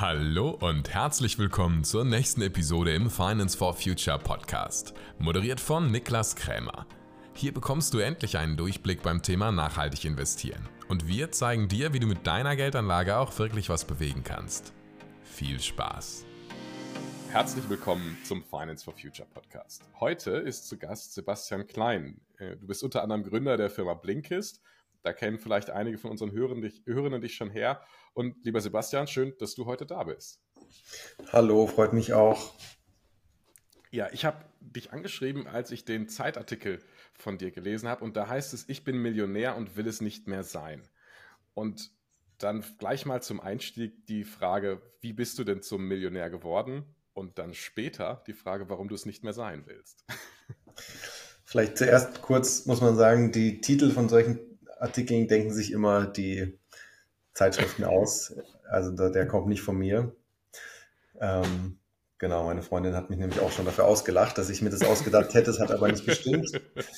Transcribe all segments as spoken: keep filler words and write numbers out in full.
Hallo und herzlich willkommen zur nächsten Episode im Finance for Future Podcast, moderiert von Niklas Krämer. Hier bekommst du endlich einen Durchblick beim Thema nachhaltig investieren und wir zeigen dir, wie du mit deiner Geldanlage auch wirklich was bewegen kannst. Viel Spaß! Herzlich willkommen zum Finance for Future Podcast. Heute ist zu Gast Sebastian Klein. Du bist unter anderem Gründer der Firma Blinkist. Da kennen vielleicht einige von unseren Hörern dich, Hörerinnen dich schon her. Und lieber Sebastian, schön, dass du heute da bist. Hallo, freut mich auch. Ja, ich habe dich angeschrieben, als ich den Zeitartikel von dir gelesen habe. Und da heißt es, ich bin Millionär und will es nicht mehr sein. Und dann gleich mal zum Einstieg die Frage, wie bist du denn zum Millionär geworden? Und dann später die Frage, warum du es nicht mehr sein willst. Vielleicht zuerst kurz muss man sagen, die Titel von solchen Artikeln denken sich immer die Zeitschriften aus. Also der, der kommt nicht von mir. Ähm, genau, meine Freundin hat mich nämlich auch schon dafür ausgelacht, dass ich mir das ausgedacht hätte. Das hat aber nicht gestimmt.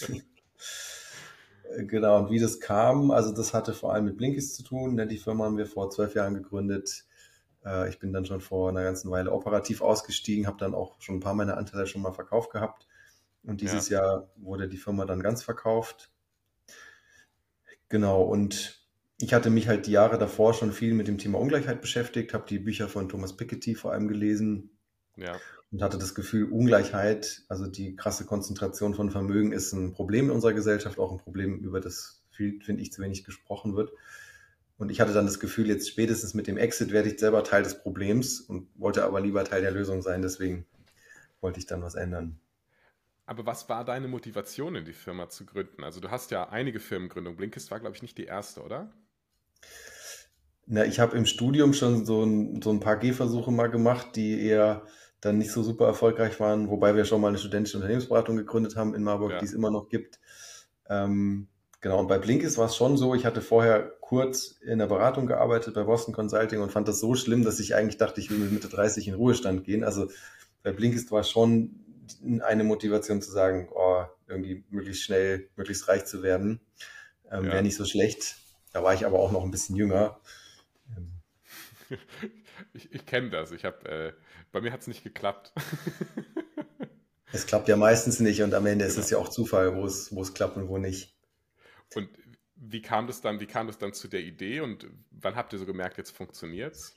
Genau, und wie das kam, also das hatte vor allem mit Blinkist zu tun. Die Firma haben wir vor zwölf Jahren gegründet. Ich bin dann schon vor einer ganzen Weile operativ ausgestiegen, habe dann auch schon ein paar meiner Anteile schon mal verkauft gehabt. Und dieses ja. Jahr wurde die Firma dann ganz verkauft. Genau, und ich hatte mich halt die Jahre davor schon viel mit dem Thema Ungleichheit beschäftigt, habe die Bücher von Thomas Piketty vor allem gelesen ja. und hatte das Gefühl, Ungleichheit, also die krasse Konzentration von Vermögen ist ein Problem in unserer Gesellschaft, auch ein Problem, über das viel, finde ich, zu wenig gesprochen wird. Und ich hatte dann das Gefühl, jetzt spätestens mit dem Exit werde ich selber Teil des Problems und wollte aber lieber Teil der Lösung sein, deswegen wollte ich dann was ändern. Aber was war deine Motivation, in die Firma zu gründen? Also du hast ja einige Firmengründungen. Blinkist war, glaube ich, nicht die erste, oder? Na, ich habe im Studium schon so ein, so ein paar Gehversuche mal gemacht, die eher dann nicht so super erfolgreich waren, wobei wir schon mal eine studentische Unternehmensberatung gegründet haben in Marburg, ja. die es immer noch gibt. Ähm, genau, und bei Blinkist war es schon so, ich hatte vorher kurz in der Beratung gearbeitet bei Boston Consulting und fand das so schlimm, dass ich eigentlich dachte, ich will mit Mitte dreißig in Ruhestand gehen. Also bei Blinkist war schon eine Motivation zu sagen, oh, irgendwie möglichst schnell, möglichst reich zu werden, ähm, ja. wäre nicht so schlecht. Da war ich aber auch noch ein bisschen jünger. Ich, ich kenne das. Ich hab, äh, bei mir hat es nicht geklappt. Es klappt ja meistens nicht und am Ende genau. ist es ja auch Zufall, wo es, wo es klappt und wo nicht. Und wie kam das dann, wie kam das dann zu der Idee und wann habt ihr so gemerkt, jetzt funktioniert's?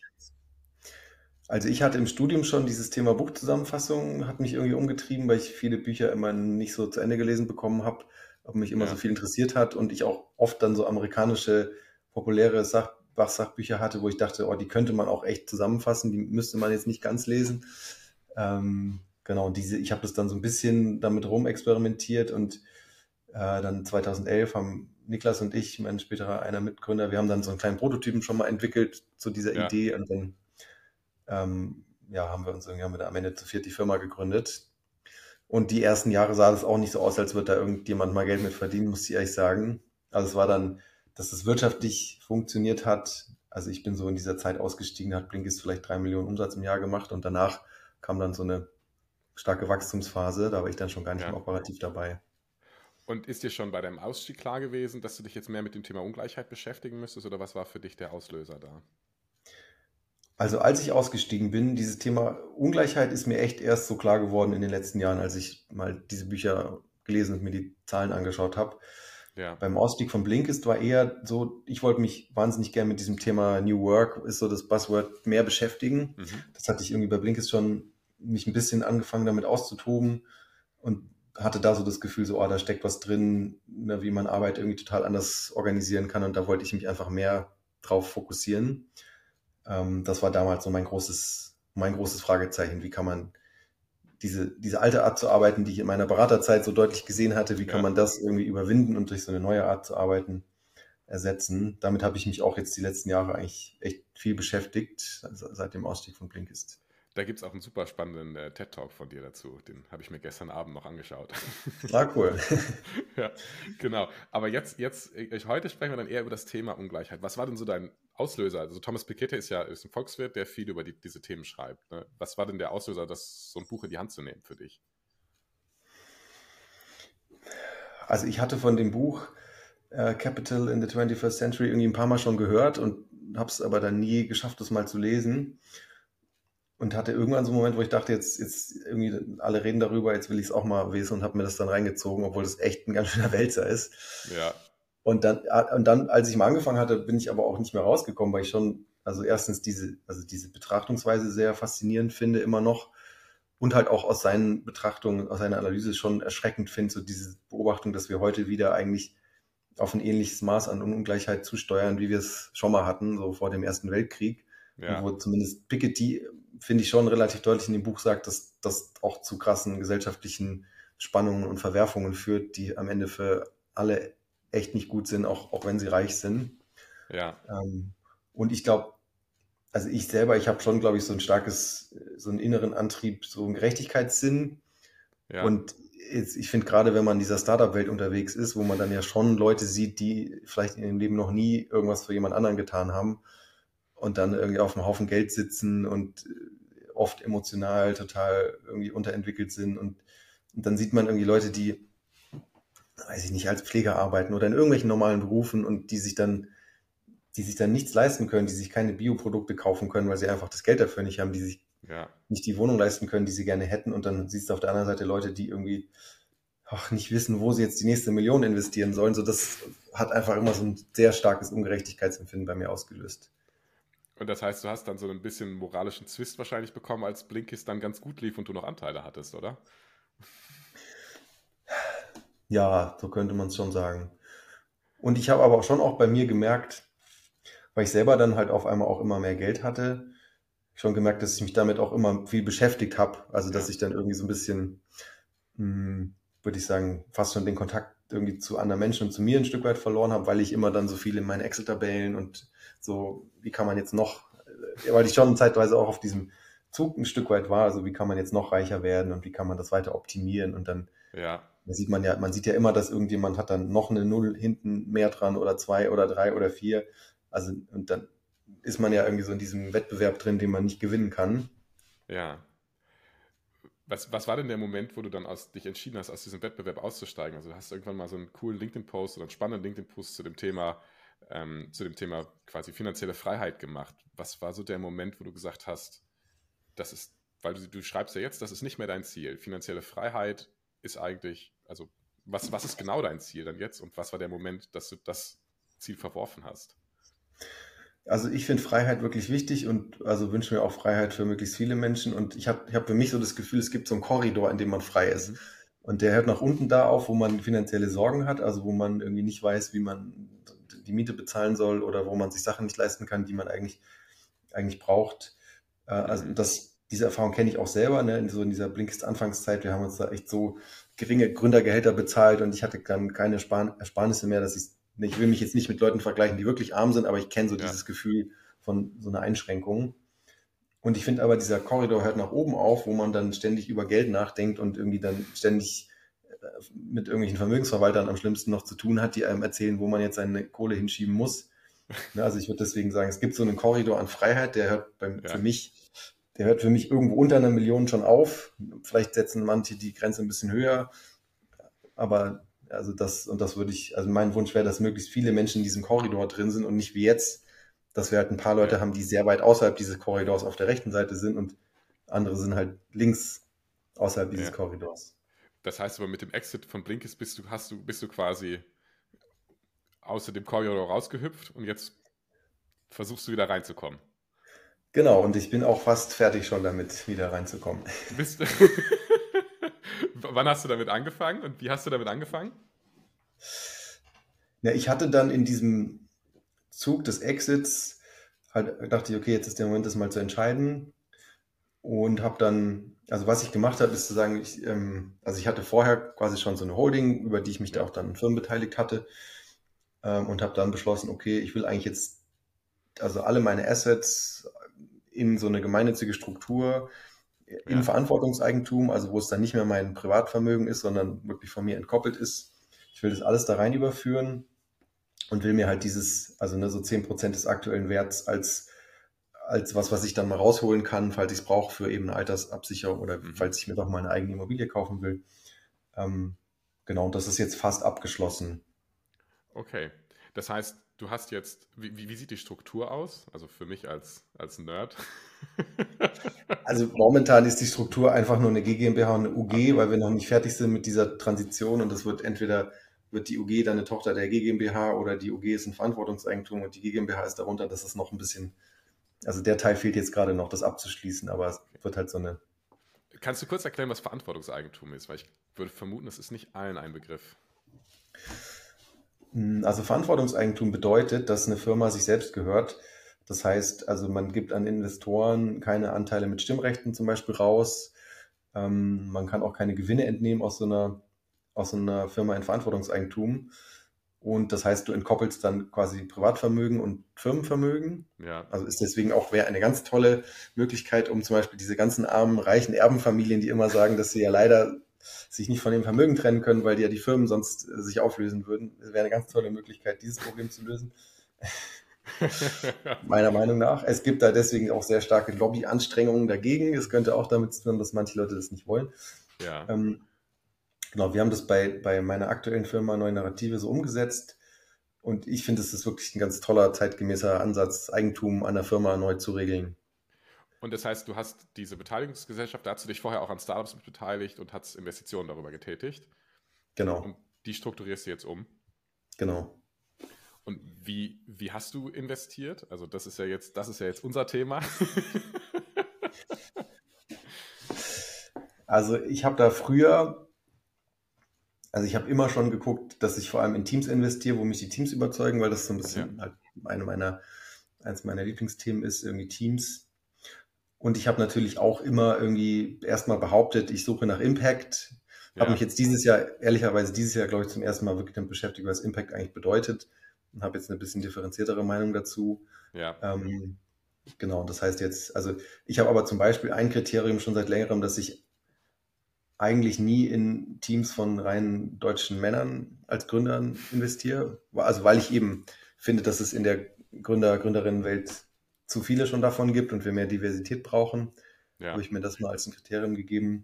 Also ich hatte im Studium schon dieses Thema Buchzusammenfassung, hat mich irgendwie umgetrieben, weil ich viele Bücher immer nicht so zu Ende gelesen bekommen habe, aber mich immer ja. so viel interessiert hat und ich auch oft dann so amerikanische populäre Sach Fachsachbücher hatte, wo ich dachte, oh, die könnte man auch echt zusammenfassen, die müsste man jetzt nicht ganz lesen. Ähm, genau, und diese, ich habe das dann so ein bisschen damit rumexperimentiert und äh, dann zweitausendelf haben Niklas und ich, mein späterer einer Mitgründer, wir haben dann so einen kleinen Prototypen schon mal entwickelt zu dieser ja. Idee und dann ähm, ja, haben wir uns irgendwie haben wir am Ende zu viert die Firma gegründet. Und die ersten Jahre sah das auch nicht so aus, als würde da irgendjemand mal Geld mit verdienen, muss ich ehrlich sagen. Also es war dann, dass es wirtschaftlich funktioniert hat. Also ich bin so in dieser Zeit ausgestiegen, hat Blinkist vielleicht drei Millionen Umsatz im Jahr gemacht und danach kam dann so eine starke Wachstumsphase. Da war ich dann schon gar nicht ja. mehr operativ dabei. Und ist dir schon bei deinem Ausstieg klar gewesen, dass du dich jetzt mehr mit dem Thema Ungleichheit beschäftigen müsstest oder was war für dich der Auslöser da? Also als ich ausgestiegen bin, dieses Thema Ungleichheit ist mir echt erst so klar geworden in den letzten Jahren, als ich mal diese Bücher gelesen und mir die Zahlen angeschaut habe. Ja. Beim Ausstieg von Blinkist war eher so, ich wollte mich wahnsinnig gern mit diesem Thema New Work, ist so das Buzzword, mehr beschäftigen. Mhm. Das hatte ich irgendwie bei Blinkist schon mich ein bisschen angefangen damit auszutoben und hatte da so das Gefühl, so, oh, da steckt was drin, ne, wie man Arbeit irgendwie total anders organisieren kann und da wollte ich mich einfach mehr drauf fokussieren. Das war damals so mein großes, mein großes Fragezeichen. Wie kann man diese, diese alte Art zu arbeiten, die ich in meiner Beraterzeit so deutlich gesehen hatte, wie kann ja. man das irgendwie überwinden und durch so eine neue Art zu arbeiten ersetzen? Damit habe ich mich auch jetzt die letzten Jahre eigentlich echt viel beschäftigt, also seit dem Ausstieg von Blinkist. Da gibt es auch einen super spannenden äh, TED-Talk von dir dazu. Den habe ich mir gestern Abend noch angeschaut. Ah, cool. Ja, genau. Aber jetzt, jetzt, heute sprechen wir dann eher über das Thema Ungleichheit. Was war denn so dein Auslöser? Also Thomas Piketty ist ja ist ein Volkswirt, der viel über die, diese Themen schreibt. Ne? Was war denn der Auslöser, das, so ein Buch in die Hand zu nehmen für dich? Also ich hatte von dem Buch äh, Capital in the twenty-first Century irgendwie ein paar Mal schon gehört und habe es aber dann nie geschafft, das mal zu lesen. und hatte irgendwann so einen Moment, wo ich dachte, jetzt, jetzt irgendwie alle reden darüber, jetzt will ich es auch mal wissen und habe mir das dann reingezogen, obwohl das echt ein ganz schöner Wälzer ist. Ja, Und dann, und dann, als ich mal angefangen hatte, bin ich aber auch nicht mehr rausgekommen, weil ich schon, also erstens diese, also diese Betrachtungsweise sehr faszinierend finde, immer noch. Und halt auch aus seinen Betrachtungen, aus seiner Analyse schon erschreckend finde, so diese Beobachtung, dass wir heute wieder eigentlich auf ein ähnliches Maß an Ungleichheit zusteuern, wie wir es schon mal hatten, so vor dem Ersten Weltkrieg. Und ja, wo zumindest Piketty, finde ich, schon relativ deutlich in dem Buch sagt, dass das auch zu krassen gesellschaftlichen Spannungen und Verwerfungen führt, die am Ende für alle echt nicht gut sind, auch, auch wenn sie reich sind. ja, Ähm, und ich glaube, also ich selber, ich habe schon, glaube ich, so ein starkes, so einen inneren Antrieb, so einen Gerechtigkeitssinn. ja, Und jetzt, ich finde gerade, wenn man in dieser Startup-Welt unterwegs ist, wo man dann ja schon Leute sieht, die vielleicht in ihrem Leben noch nie irgendwas für jemand anderen getan haben und dann irgendwie auf einem Haufen Geld sitzen und äh, oft emotional total irgendwie unterentwickelt sind. Und, und dann sieht man irgendwie Leute, die, weiß ich nicht, als Pfleger arbeiten oder in irgendwelchen normalen Berufen und die sich dann die sich dann nichts leisten können, die sich keine Bioprodukte kaufen können, weil sie einfach das Geld dafür nicht haben, die sich ja. nicht die Wohnung leisten können, die sie gerne hätten. Und dann siehst du auf der anderen Seite Leute, die irgendwie ach, nicht wissen, wo sie jetzt die nächste Million investieren sollen. So, das hat einfach immer so ein sehr starkes Ungerechtigkeitsempfinden bei mir ausgelöst. Und das heißt, du hast dann so ein bisschen moralischen Zwist wahrscheinlich bekommen, als Blinkist dann ganz gut lief und du noch Anteile hattest, oder? Ja, so könnte man es schon sagen. Und ich habe aber auch schon auch bei mir gemerkt, weil ich selber dann halt auf einmal auch immer mehr Geld hatte, schon gemerkt, dass ich mich damit auch immer viel beschäftigt habe. Also, dass Ja, ich dann irgendwie so ein bisschen, hm, würde ich sagen, fast schon den Kontakt irgendwie zu anderen Menschen und zu mir ein Stück weit verloren habe, weil ich immer dann so viel in meinen Excel-Tabellen und so, wie kann man jetzt noch, äh, weil ich schon zeitweise auch auf diesem Zug ein Stück weit war, also wie kann man jetzt noch reicher werden und wie kann man das weiter optimieren und dann ja, da sieht man ja, man sieht ja immer, dass irgendjemand hat dann noch eine Null hinten mehr dran oder zwei oder drei oder vier. Also, und dann ist man ja irgendwie so in diesem Wettbewerb drin, den man nicht gewinnen kann. ja. Was, was war denn der Moment, wo du dann aus, dich entschieden hast, aus diesem Wettbewerb auszusteigen? Also du hast irgendwann mal so einen coolen LinkedIn-Post oder einen spannenden LinkedIn-Post zu dem Thema, ähm, zu dem Thema quasi finanzielle Freiheit gemacht. Was war so der Moment, wo du gesagt hast, das ist, weil du, du schreibst ja jetzt, das ist nicht mehr dein Ziel. Finanzielle Freiheit ist eigentlich, also was, was ist genau dein Ziel dann jetzt und was war der Moment, dass du das Ziel verworfen hast? Also ich finde Freiheit wirklich wichtig und also wünsche mir auch Freiheit für möglichst viele Menschen. Und ich habe ich hab für mich so das Gefühl, es gibt so einen Korridor, in dem man frei ist. Mhm. Und der hört nach unten da auf, wo man finanzielle Sorgen hat, also wo man irgendwie nicht weiß, wie man die Miete bezahlen soll oder wo man sich Sachen nicht leisten kann, die man eigentlich, eigentlich braucht. Äh, Also Mhm. das, diese Erfahrung kenne ich auch selber, ne? In so in dieser Blinkist-Anfangszeit. Wir haben uns da echt so geringe Gründergehälter bezahlt und ich hatte dann keine Spar Ersparnisse mehr, dass ich, ich will mich jetzt nicht mit Leuten vergleichen, die wirklich arm sind, aber ich kenne so Ja, dieses Gefühl von so einer Einschränkung. Und ich finde aber, dieser Korridor hört nach oben auf, wo man dann ständig über Geld nachdenkt und irgendwie dann ständig äh, mit irgendwelchen Vermögensverwaltern am schlimmsten noch zu tun hat, die einem erzählen, wo man jetzt seine Kohle hinschieben muss. Ne, also ich würde deswegen sagen, es gibt so einen Korridor an Freiheit, der hört beim, für ja. mich, der hört für mich irgendwo unter einer Million schon auf. Vielleicht setzen manche die Grenze ein bisschen höher, aber also das, und das würde ich, also mein Wunsch wäre, dass möglichst viele Menschen in diesem Korridor drin sind und nicht wie jetzt, dass wir halt ein paar Leute Ja. haben, die sehr weit außerhalb dieses Korridors auf der rechten Seite sind und andere sind halt links außerhalb dieses Ja. Korridors. Das heißt aber mit dem Exit von Blinkist bist du, hast du, bist du quasi außer dem Korridor rausgehüpft und jetzt versuchst du wieder reinzukommen. Genau, und ich bin auch fast fertig schon damit, wieder reinzukommen. Bist du Wann hast du damit angefangen und wie hast du damit angefangen? Ja, ich hatte dann in diesem Zug des Exits halt dachte ich, okay, jetzt ist der Moment, das mal zu entscheiden. Und habe dann, also was ich gemacht habe, ist zu sagen, ich, ähm, also ich hatte vorher quasi schon so eine Holding, über die ich mich da Ja, auch dann an Firmen beteiligt hatte, ähm, und habe dann beschlossen, okay, ich will eigentlich jetzt, also alle meine Assets in so eine gemeinnützige Struktur, in ja, Verantwortungseigentum, also wo es dann nicht mehr mein Privatvermögen ist, sondern wirklich von mir entkoppelt ist. Ich will das alles da rein überführen und will mir halt dieses, also ne, so zehn Prozent des aktuellen Werts als als was, was ich dann mal rausholen kann, falls ich es brauche für eben eine Altersabsicherung oder mhm. falls ich mir doch mal eine eigene Immobilie kaufen will. Ähm, genau, und das ist jetzt fast abgeschlossen. Okay. Das heißt, du hast jetzt, wie, wie wie sieht die Struktur aus? Also für mich als, als Nerd. Also momentan ist die Struktur einfach nur eine G GmbH und eine U G, Okay, weil wir noch nicht fertig sind mit dieser Transition und das wird entweder wird die U G dann eine Tochter der G GmbH oder die U G ist ein Verantwortungseigentum und die G GmbH ist darunter. Das ist noch ein bisschen, also der Teil fehlt jetzt gerade noch, das abzuschließen, aber es okay. wird halt so eine. Kannst du kurz erklären, was Verantwortungseigentum ist? Weil ich würde vermuten, es ist nicht allen ein Begriff. Also Verantwortungseigentum bedeutet, dass eine Firma sich selbst gehört. Das heißt, also man gibt an Investoren keine Anteile mit Stimmrechten zum Beispiel raus. Ähm, man kann auch keine Gewinne entnehmen aus so einer, aus so einer Firma in Verantwortungseigentum. Und das heißt, du entkoppelst dann quasi Privatvermögen und Firmenvermögen. Ja, Also ist deswegen auch wäre eine ganz tolle Möglichkeit, um zum Beispiel diese ganzen armen, reichen Erbenfamilien, die immer sagen, dass sie ja leider sich nicht von dem Vermögen trennen können, weil die ja die Firmen sonst äh, sich auflösen würden. Das wäre eine ganz tolle Möglichkeit, dieses Problem zu lösen, meiner Meinung nach. Es gibt da deswegen auch sehr starke Lobbyanstrengungen dagegen. Es könnte auch damit zu tun, dass manche Leute das nicht wollen. ja. Ähm, genau, wir haben das bei, bei meiner aktuellen Firma Neue Narrative so umgesetzt. Und ich finde, es ist wirklich ein ganz toller, zeitgemäßer Ansatz, Eigentum an der Firma neu zu regeln. Und das heißt, du hast diese Beteiligungsgesellschaft, da hast du dich vorher auch an Startups mit beteiligt und hast Investitionen darüber getätigt. Und Genau, die strukturierst du jetzt um. genau. Und wie, wie hast du investiert? Also das ist ja jetzt, das ist ja jetzt unser Thema. Also ich habe da früher, also ich habe immer schon geguckt, dass ich vor allem in Teams investiere, wo mich die Teams überzeugen, weil das so ein Ja, bisschen halt eine meiner, eins meiner Lieblingsthemen ist, irgendwie Teams. Und ich habe natürlich auch immer irgendwie erstmal behauptet, ich suche nach Impact. Habe mich ja, jetzt dieses Jahr, ehrlicherweise dieses Jahr, glaube ich, zum ersten Mal wirklich damit beschäftigt, was Impact eigentlich bedeutet. Und habe jetzt eine bisschen differenziertere Meinung dazu. ja, Ähm, genau, das heißt jetzt, also ich habe aber zum Beispiel ein Kriterium schon seit längerem, dass ich eigentlich nie in Teams von rein deutschen Männern als Gründern investiere. Also weil ich eben finde, dass es in der Gründer, Gründerinnenwelt zu viele schon davon gibt und wir mehr Diversität brauchen. Habe ja. ich mir das mal als ein Kriterium gegeben.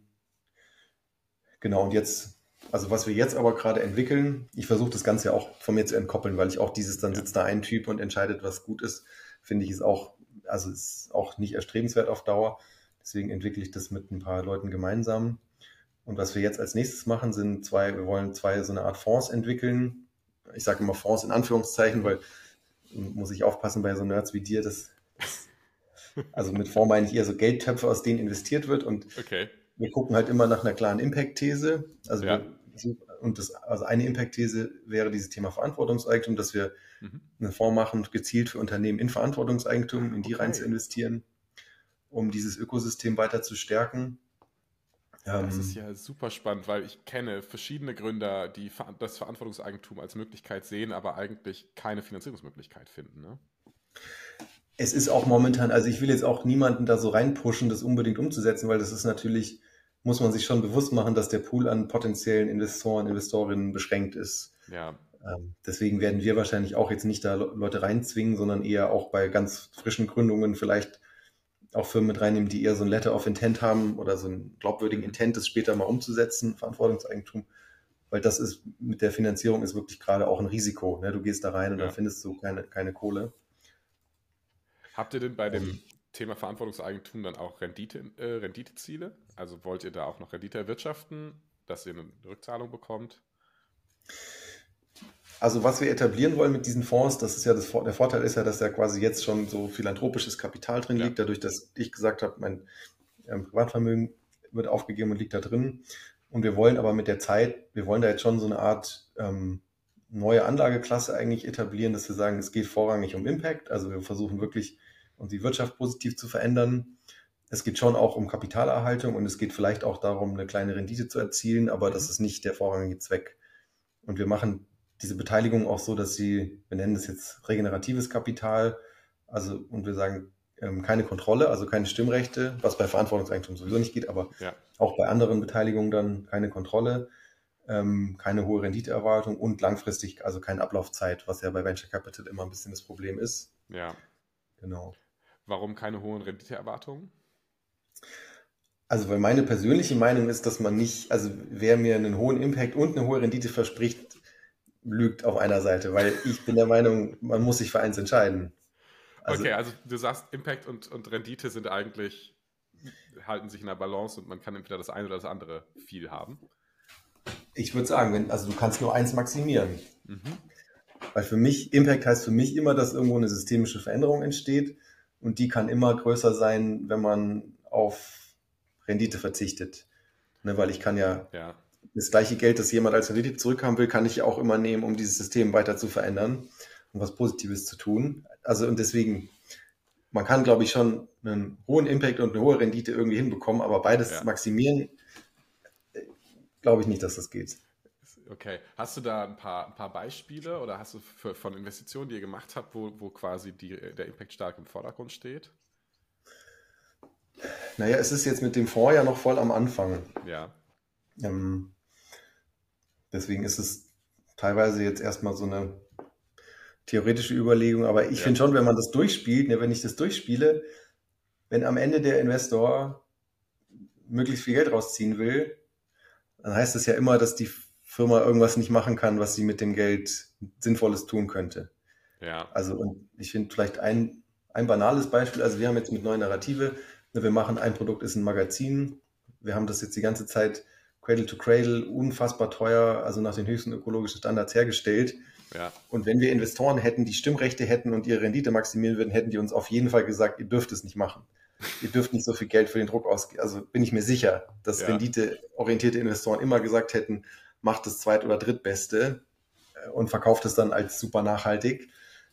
Genau, und jetzt, also was wir jetzt aber gerade entwickeln, ich versuche das Ganze ja auch von mir zu entkoppeln, weil ich auch dieses, dann Ja. sitzt da ein Typ und entscheidet, was gut ist, finde ich, ist auch, also ist auch nicht erstrebenswert auf Dauer. Deswegen entwickle ich das mit ein paar Leuten gemeinsam. Und was wir jetzt als nächstes machen, sind zwei, wir wollen zwei so eine Art Fonds entwickeln. Ich sage immer Fonds in Anführungszeichen, weil muss ich aufpassen bei so Nerds wie dir, dass, dass also mit Fonds meine ich eher so Geldtöpfe, aus denen investiert wird. Und Okay. wir gucken halt immer nach einer klaren Impact-These. Also Ja. wir, und das, also eine Impact-These wäre dieses Thema Verantwortungseigentum, dass wir Mhm. einen Fonds machen, gezielt für Unternehmen in Verantwortungseigentum, in die rein zu Okay. investieren, um dieses Ökosystem weiter zu stärken. Das ist Ähm, ja super spannend, weil ich kenne verschiedene Gründer, die ver- das Verantwortungseigentum als Möglichkeit sehen, aber eigentlich keine Finanzierungsmöglichkeit finden. Ne? Es ist auch momentan, also ich will jetzt auch niemanden da so reinpushen, das unbedingt umzusetzen, weil das ist natürlich, muss man sich schon bewusst machen, dass der Pool an potenziellen Investoren, Investorinnen beschränkt ist. Ja, Ähm, deswegen werden wir wahrscheinlich auch jetzt nicht da Le- Leute reinzwingen, sondern eher auch bei ganz frischen Gründungen vielleicht auch Firmen mit reinnehmen, die eher so ein Letter of Intent haben oder so einen glaubwürdigen mhm. Intent, das später mal umzusetzen, Verantwortungseigentum. Weil das ist mit der Finanzierung ist wirklich gerade auch ein Risiko. Ne? Du gehst da rein und dann Ja. findest du keine, keine Kohle. Habt ihr denn bei dem Ähm, Thema Verantwortungseigentum dann auch Rendite, äh, Renditeziele? Also wollt ihr da auch noch Rendite erwirtschaften, dass ihr eine Rückzahlung bekommt? Also was wir etablieren wollen mit diesen Fonds, das ist ja das, der Vorteil ist ja, dass da quasi jetzt schon so philanthropisches Kapital drin Ja. liegt, dadurch, dass ich gesagt habe, mein ähm, Privatvermögen wird aufgegeben und liegt da drin. Und wir wollen aber mit der Zeit, wir wollen da jetzt schon so eine Art ähm, neue Anlageklasse eigentlich etablieren, dass wir sagen, es geht vorrangig um Impact. Also wir versuchen wirklich, um die Wirtschaft positiv zu verändern. Es geht schon auch um Kapitalerhaltung und es geht vielleicht auch darum, eine kleine Rendite zu erzielen, aber das Mhm. ist nicht der vorrangige Zweck. Und wir machen diese Beteiligung auch so, dass sie, wir nennen das jetzt regeneratives Kapital, also und wir sagen, ähm, keine Kontrolle, also keine Stimmrechte, was bei Verantwortungseigentum sowieso nicht geht, aber Ja. auch bei anderen Beteiligungen dann keine Kontrolle, ähm, keine hohe Renditeerwartung und langfristig also keine Ablaufzeit, was ja bei Venture Capital immer ein bisschen das Problem ist. Ja. Genau. Warum keine hohen Renditeerwartungen? Also weil meine persönliche Meinung ist, dass man nicht, also wer mir einen hohen Impact und eine hohe Rendite verspricht, lügt auf einer Seite, weil ich bin der Meinung, man muss sich für eins entscheiden. Also, okay, also du sagst, Impact und, und Rendite sind eigentlich, halten sich in der Balance und man kann entweder das eine oder das andere viel haben. Ich würde sagen, wenn, also du kannst nur eins maximieren. Mhm. Weil für mich, Impact heißt für mich immer, dass irgendwo eine systemische Veränderung entsteht und die kann immer größer sein, wenn man auf Rendite verzichtet. Ne, weil ich kann ja, ja das gleiche Geld, das jemand als Rendite zurückhaben will, kann ich ja auch immer nehmen, um dieses System weiter zu verändern und was Positives zu tun. Also und deswegen, man kann, glaube ich, schon einen hohen Impact und eine hohe Rendite irgendwie hinbekommen, aber beides ja. maximieren, glaube ich nicht, dass das geht. Okay. Hast du da ein paar, ein paar Beispiele oder hast du für, von Investitionen, die ihr gemacht habt, wo, wo quasi die, der Impact stark im Vordergrund steht? Naja, es ist jetzt mit dem Fonds ja noch voll am Anfang. Ja. Ähm, deswegen ist es teilweise jetzt erstmal so eine theoretische Überlegung, aber ich ja. finde schon, wenn man das durchspielt, ne, wenn ich das durchspiele, wenn am Ende der Investor möglichst viel Geld rausziehen will, dann heißt das ja immer, dass die Firma irgendwas nicht machen kann, was sie mit dem Geld Sinnvolles tun könnte. Ja. Also und ich finde vielleicht ein, ein banales Beispiel, also wir haben jetzt mit Neue Narrative, wir machen ein Produkt, ist ein Magazin, wir haben das jetzt die ganze Zeit Cradle to Cradle, unfassbar teuer, also nach den höchsten ökologischen Standards hergestellt. Ja. Und wenn wir Investoren hätten, die Stimmrechte hätten und ihre Rendite maximieren würden, hätten die uns auf jeden Fall gesagt, ihr dürft es nicht machen. Ihr dürft nicht so viel Geld für den Druck ausgeben. Also bin ich mir sicher, dass ja. renditeorientierte Investoren immer gesagt hätten, macht das zweit- oder drittbeste und verkauft es dann als super nachhaltig.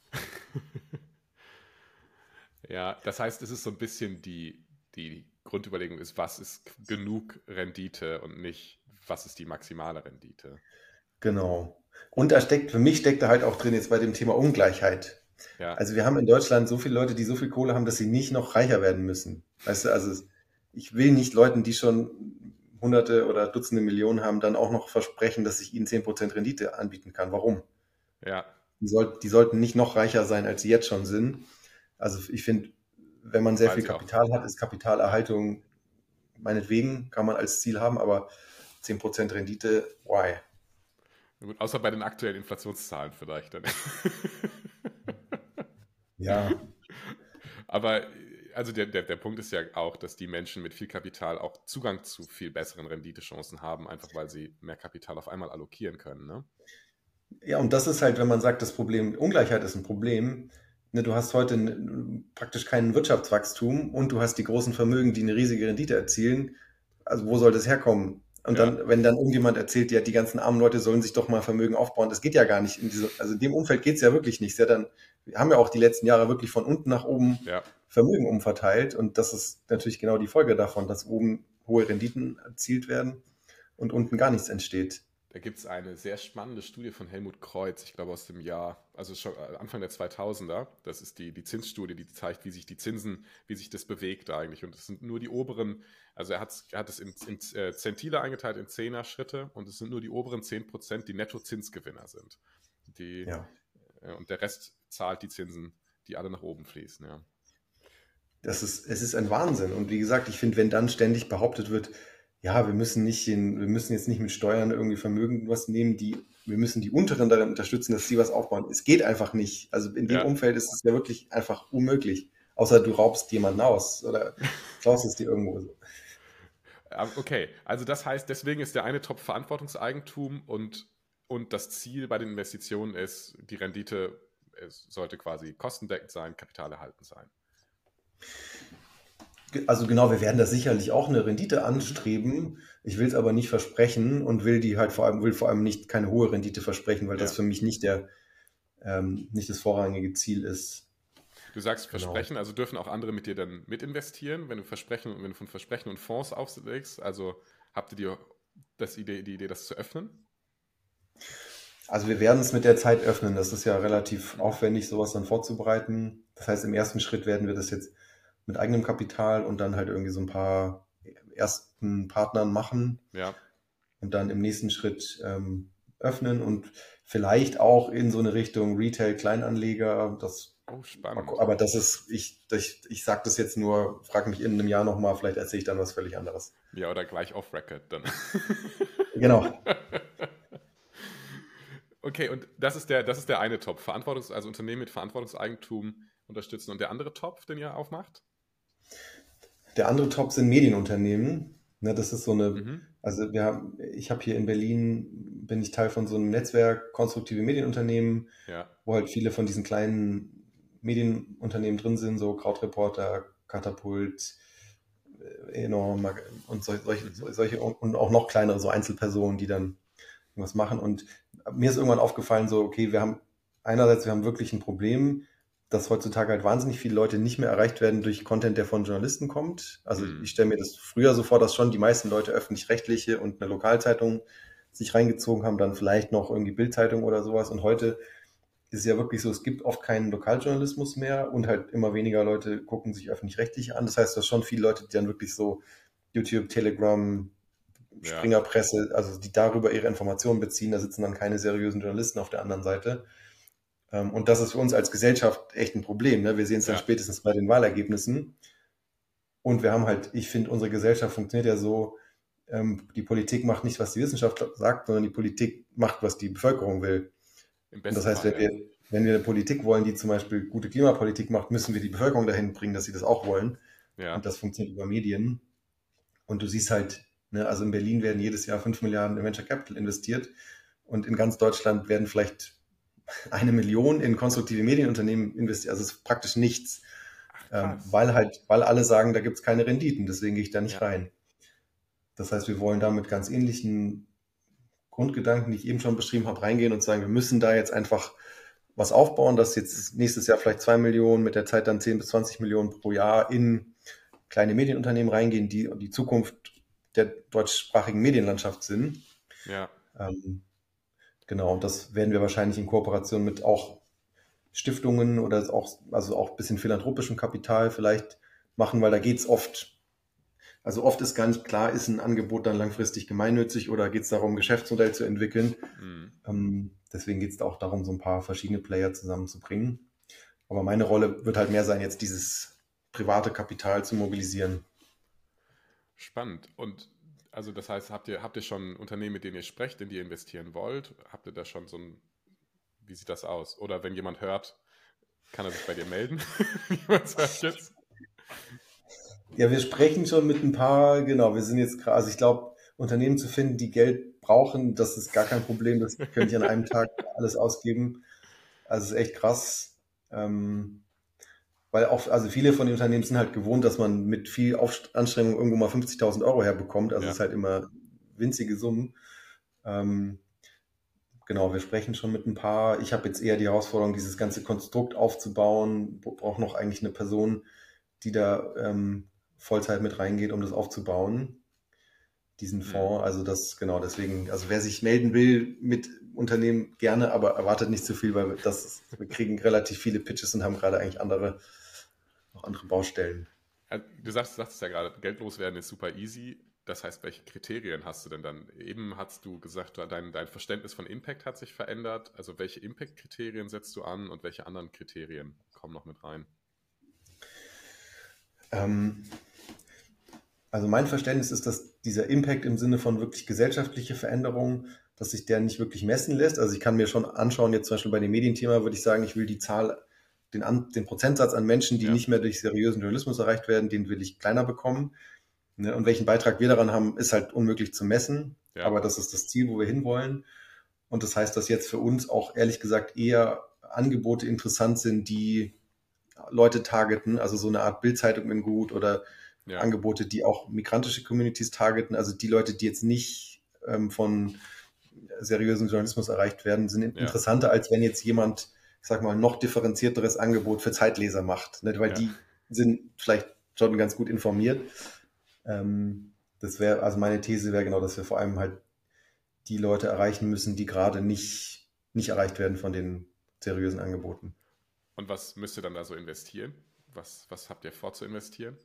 Ja, das heißt, es ist so ein bisschen die, die Grundüberlegung ist, was ist genug Rendite und nicht, was ist die maximale Rendite. Genau. Und da steckt, für mich steckt da halt auch drin jetzt bei dem Thema Ungleichheit. Ja. Also wir haben in Deutschland so viele Leute, die so viel Kohle haben, dass sie nicht noch reicher werden müssen. Weißt du, also ich will nicht Leuten, die schon Hunderte oder Dutzende Millionen haben, dann auch noch versprechen, dass ich ihnen zehn Prozent Rendite anbieten kann. Warum? Ja. Die, soll, die sollten nicht noch reicher sein, als sie jetzt schon sind. Also ich finde, wenn man sehr Weil viel Kapital hat, ist Kapitalerhaltung meinetwegen, kann man als Ziel haben, aber zehn Prozent Rendite, why? Gut, außer bei den aktuellen Inflationszahlen vielleicht dann. Ja. Aber also der, der, der Punkt ist ja auch, dass die Menschen mit viel Kapital auch Zugang zu viel besseren Renditechancen haben, einfach weil sie mehr Kapital auf einmal allokieren können, ne? Ja, und das ist halt, wenn man sagt, das Problem, Ungleichheit ist ein Problem, ne, du hast heute n, praktisch kein Wirtschaftswachstum und du hast die großen Vermögen, die eine riesige Rendite erzielen. Also wo soll das herkommen? Und Ja. dann, wenn dann irgendjemand erzählt, ja, die ganzen armen Leute sollen sich doch mal Vermögen aufbauen, das geht ja gar nicht. In diese, also in dem Umfeld geht es ja wirklich nicht. Ja, dann, wir haben ja auch die letzten Jahre wirklich von unten nach oben ja. Vermögen umverteilt und das ist natürlich genau die Folge davon, dass oben hohe Renditen erzielt werden und unten gar nichts entsteht. Da gibt es eine sehr spannende Studie von Helmut Kreuz, ich glaube aus dem Jahr, also schon Anfang der zweitausender. Das ist die, die Zinsstudie, die zeigt, wie sich die Zinsen, wie sich das bewegt eigentlich. Und es sind nur die oberen, also er, hat's, er hat es in, in äh, Zentile eingeteilt, in Zehner-Schritte. Und es sind nur die oberen zehn Prozent, die Nettozinsgewinner sind. Die, ja. äh, und der Rest zahlt die Zinsen, die alle nach oben fließen. Ja. Das ist, es ist ein Wahnsinn. Und wie gesagt, ich finde, wenn dann ständig behauptet wird, ja, wir müssen nicht in, wir müssen jetzt nicht mit Steuern irgendwie Vermögen was nehmen, die, wir müssen die Unteren darin unterstützen, dass sie was aufbauen. Es geht einfach nicht. Also in dem ja. Umfeld ist es ja wirklich einfach unmöglich. Außer du raubst jemanden aus oder klaust es dir irgendwo so. Okay, also das heißt, deswegen ist der eine Topf Verantwortungseigentum und, und das Ziel bei den Investitionen ist, die Rendite, es sollte quasi kostendeckend sein, kapitalerhaltend sein. Also genau, wir werden da sicherlich auch eine Rendite anstreben. Ich will es aber nicht versprechen und will die halt vor allem, will vor allem nicht keine hohe Rendite versprechen, weil ja. das für mich nicht der ähm, nicht das vorrangige Ziel ist. Du sagst genau. Versprechen, also dürfen auch andere mit dir dann mitinvestieren, wenn du Versprechen, wenn du von Versprechen und Fonds auflegst. Also habt ihr die, das Idee, die Idee, das zu öffnen? Also wir werden es mit der Zeit öffnen. Das ist ja relativ aufwendig, sowas dann vorzubereiten. Das heißt, im ersten Schritt werden wir das jetzt mit eigenem Kapital und dann halt irgendwie so ein paar ersten Partnern machen. Ja. Und dann im nächsten Schritt ähm, öffnen und vielleicht auch in so eine Richtung Retail-Kleinanleger. Das, oh, spannend. Aber das ist, ich, ich, ich sage das jetzt nur, frag mich in einem Jahr nochmal, vielleicht erzähle ich dann was völlig anderes. Ja, oder gleich off-Record dann. Genau. Okay, und das ist der, das ist der eine Topf. Verantwortungs-, also Unternehmen mit Verantwortungseigentum unterstützen. Und der andere Topf, den ihr aufmacht? Der andere Top sind Medienunternehmen. Ne, das ist so eine, Mhm. also wir haben, ich habe hier in Berlin, bin ich Teil von so einem Netzwerk konstruktive Medienunternehmen, Ja. wo halt viele von diesen kleinen Medienunternehmen drin sind, so Krautreporter, Katapult, äh, enorm und sol- solche, Mhm. solche und auch noch kleinere, so Einzelpersonen, die dann irgendwas machen. Und mir ist irgendwann aufgefallen, so, okay, wir haben einerseits, wir haben wirklich ein Problem, dass heutzutage halt wahnsinnig viele Leute nicht mehr erreicht werden durch Content, der von Journalisten kommt. Also Mhm. ich stelle mir das früher so vor, dass schon die meisten Leute öffentlich-rechtliche und eine Lokalzeitung sich reingezogen haben, dann vielleicht noch irgendwie Bildzeitung oder sowas. Und heute ist es ja wirklich so, es gibt oft keinen Lokaljournalismus mehr und halt immer weniger Leute gucken sich öffentlich-rechtlich an. Das heißt, dass schon viele Leute, die dann wirklich so YouTube, Telegram, Ja. Springerpresse, also die darüber ihre Informationen beziehen, da sitzen dann keine seriösen Journalisten auf der anderen Seite. Ähm, Und das ist für uns als Gesellschaft echt ein Problem. Ne? Wir sehen es dann Ja. spätestens bei den Wahlergebnissen. Und wir haben halt, ich finde, unsere Gesellschaft funktioniert ja so, ähm, die Politik macht nicht, was die Wissenschaft sagt, sondern die Politik macht, was die Bevölkerung will. Im Und das besten heißt, Fall, wenn ja. wir, wenn wir eine Politik wollen, die zum Beispiel gute Klimapolitik macht, müssen wir die Bevölkerung dahin bringen, dass sie das auch wollen. Und Ja. das funktioniert über Medien. Und du siehst halt, ne, also in Berlin werden jedes Jahr fünf Milliarden in Venture Capital investiert und in ganz Deutschland werden vielleicht eine Million in konstruktive Medienunternehmen investiert. Also es ist praktisch nichts, Ach, ähm, krass. weil halt, weil alle sagen, da gibt es keine Renditen, deswegen gehe ich da nicht Ja. rein. Das heißt, wir wollen da mit ganz ähnlichen Grundgedanken, die ich eben schon beschrieben habe, reingehen und sagen, wir müssen da jetzt einfach was aufbauen, dass jetzt nächstes Jahr vielleicht zwei Millionen, mit der Zeit dann zehn bis zwanzig Millionen pro Jahr in kleine Medienunternehmen reingehen, die die Zukunft der deutschsprachigen Medienlandschaft sind. Ja. Ähm, genau, und das werden wir wahrscheinlich in Kooperation mit auch Stiftungen oder auch, also auch ein bisschen philanthropischem Kapital vielleicht machen, weil da geht es oft, also oft ist gar nicht klar, ist ein Angebot dann langfristig gemeinnützig oder geht es darum, ein Geschäftsmodell zu entwickeln. Mhm. Ähm, deswegen geht es da auch darum, so ein paar verschiedene Player zusammenzubringen. Aber meine Rolle wird halt mehr sein, jetzt dieses private Kapital zu mobilisieren. Spannend. Und also das heißt, habt ihr, habt ihr schon Unternehmen, mit denen ihr sprecht, in die ihr investieren wollt? Habt ihr da schon so ein, wie sieht das aus? Oder wenn jemand hört, kann er sich bei dir melden? Was hört jetzt? Ja, wir sprechen schon mit ein paar, genau, wir sind jetzt gerade, also ich glaube, Unternehmen zu finden, die Geld brauchen, das ist gar kein Problem, das könnte ich an einem Tag alles ausgeben. Also es ist echt krass, ähm, weil auch, also viele von den Unternehmen sind halt gewohnt, dass man mit viel Auf Anstrengung irgendwo mal fünfzigtausend Euro herbekommt, also es ist Ja. halt immer winzige Summen. Ähm, genau, wir sprechen schon mit ein paar. Ich habe jetzt eher die Herausforderung, dieses ganze Konstrukt aufzubauen, brauche noch eigentlich eine Person, die da ähm, Vollzeit mit reingeht, um das aufzubauen, diesen Mhm. Fonds. Also das, genau, deswegen, also wer sich melden will mit Unternehmen gerne, aber erwartet nicht zu viel, weil das, wir kriegen relativ viele Pitches und haben gerade eigentlich andere, noch andere Baustellen. Also, du sagst, sagst ja gerade, Geld loswerden ist super easy. Das heißt, welche Kriterien hast du denn dann? Eben hast du gesagt, dein, dein Verständnis von Impact hat sich verändert. Also welche Impact-Kriterien setzt du an und welche anderen Kriterien kommen noch mit rein? Ähm, also mein Verständnis ist, dass dieser Impact im Sinne von wirklich gesellschaftliche Veränderungen, dass sich der nicht wirklich messen lässt. Also ich kann mir schon anschauen, jetzt zum Beispiel bei dem Medienthema würde ich sagen, ich will die Zahl, den, an, den Prozentsatz an Menschen, die Ja, nicht mehr durch seriösen Journalismus erreicht werden, den will ich kleiner bekommen. Ne? Und welchen Beitrag wir daran haben, ist halt unmöglich zu messen. ja, Aber das ist das Ziel, wo wir hinwollen. Und das heißt, dass jetzt für uns auch ehrlich gesagt eher Angebote interessant sind, die Leute targeten, also so eine Art Bildzeitung in gut oder ja, Angebote, die auch migrantische Communities targeten, also die Leute, die jetzt nicht ähm, von seriösen Journalismus erreicht werden, sind ja, interessanter, als wenn jetzt jemand, ich sag mal, noch differenzierteres Angebot für Zeitleser macht, ne? Weil ja. die sind vielleicht schon ganz gut informiert. Ähm, das wäre, also meine These wäre genau, dass wir vor allem halt die Leute erreichen müssen, die gerade nicht, nicht erreicht werden von den seriösen Angeboten. Und was müsst ihr dann da so investieren? Was, was habt ihr vor zu investieren?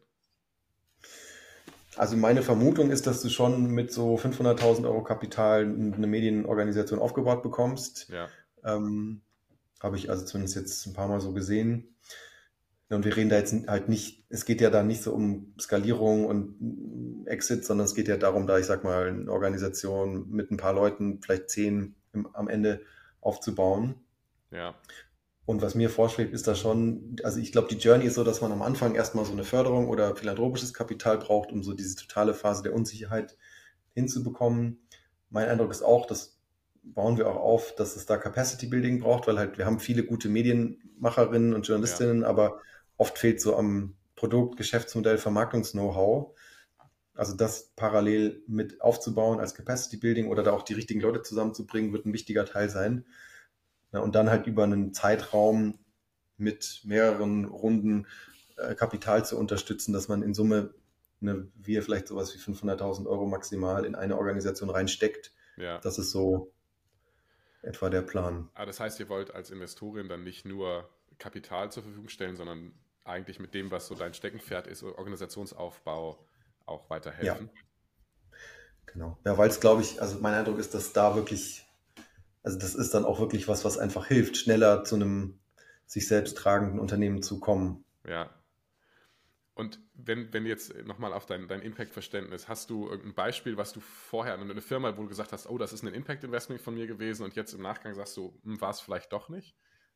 Also meine Vermutung ist, dass du schon mit so fünfhunderttausend Euro Kapital eine Medienorganisation aufgebaut bekommst. Ja, Ähm, Habe ich also zumindest jetzt ein paar Mal so gesehen. Und wir reden da jetzt halt nicht, es geht ja da nicht so um Skalierung und Exit, sondern es geht ja darum, da ich sag mal eine Organisation mit ein paar Leuten, vielleicht zehn im, am Ende aufzubauen. Ja. Und was mir vorschwebt, ist da schon, also ich glaube, die Journey ist so, dass man am Anfang erstmal so eine Förderung oder philanthropisches Kapital braucht, um so diese totale Phase der Unsicherheit hinzubekommen. Mein Eindruck ist auch, das bauen wir auch auf, dass es da Capacity Building braucht, weil halt wir haben viele gute Medienmacherinnen und Journalistinnen, ja. aber oft fehlt so am Produkt, Geschäftsmodell, Vermarktungs-Know-how. Also das parallel mit aufzubauen als Capacity Building oder da auch die richtigen Leute zusammenzubringen, wird ein wichtiger Teil sein. Ja, und dann halt über einen Zeitraum mit mehreren Runden äh, Kapital zu unterstützen, dass man in Summe eine, wir vielleicht sowas wie fünfhunderttausend Euro maximal in eine Organisation reinsteckt. Ja. Das ist so etwa der Plan. Aber das heißt, ihr wollt als Investorin dann nicht nur Kapital zur Verfügung stellen, sondern eigentlich mit dem, was so dein Steckenpferd ist, Organisationsaufbau auch weiterhelfen? Ja, genau. Ja, weil es, glaube ich, also mein Eindruck ist, dass da wirklich, also das ist dann auch wirklich was, was einfach hilft, schneller zu einem sich selbst tragenden Unternehmen zu kommen. Ja. Und wenn, wenn jetzt nochmal auf dein, dein Impact-Verständnis, hast du irgendein Beispiel, was du vorher an eine Firma, wo du gesagt hast, oh, das ist ein Impact-Investment von mir gewesen und jetzt im Nachgang sagst du, hm, war es vielleicht doch nicht?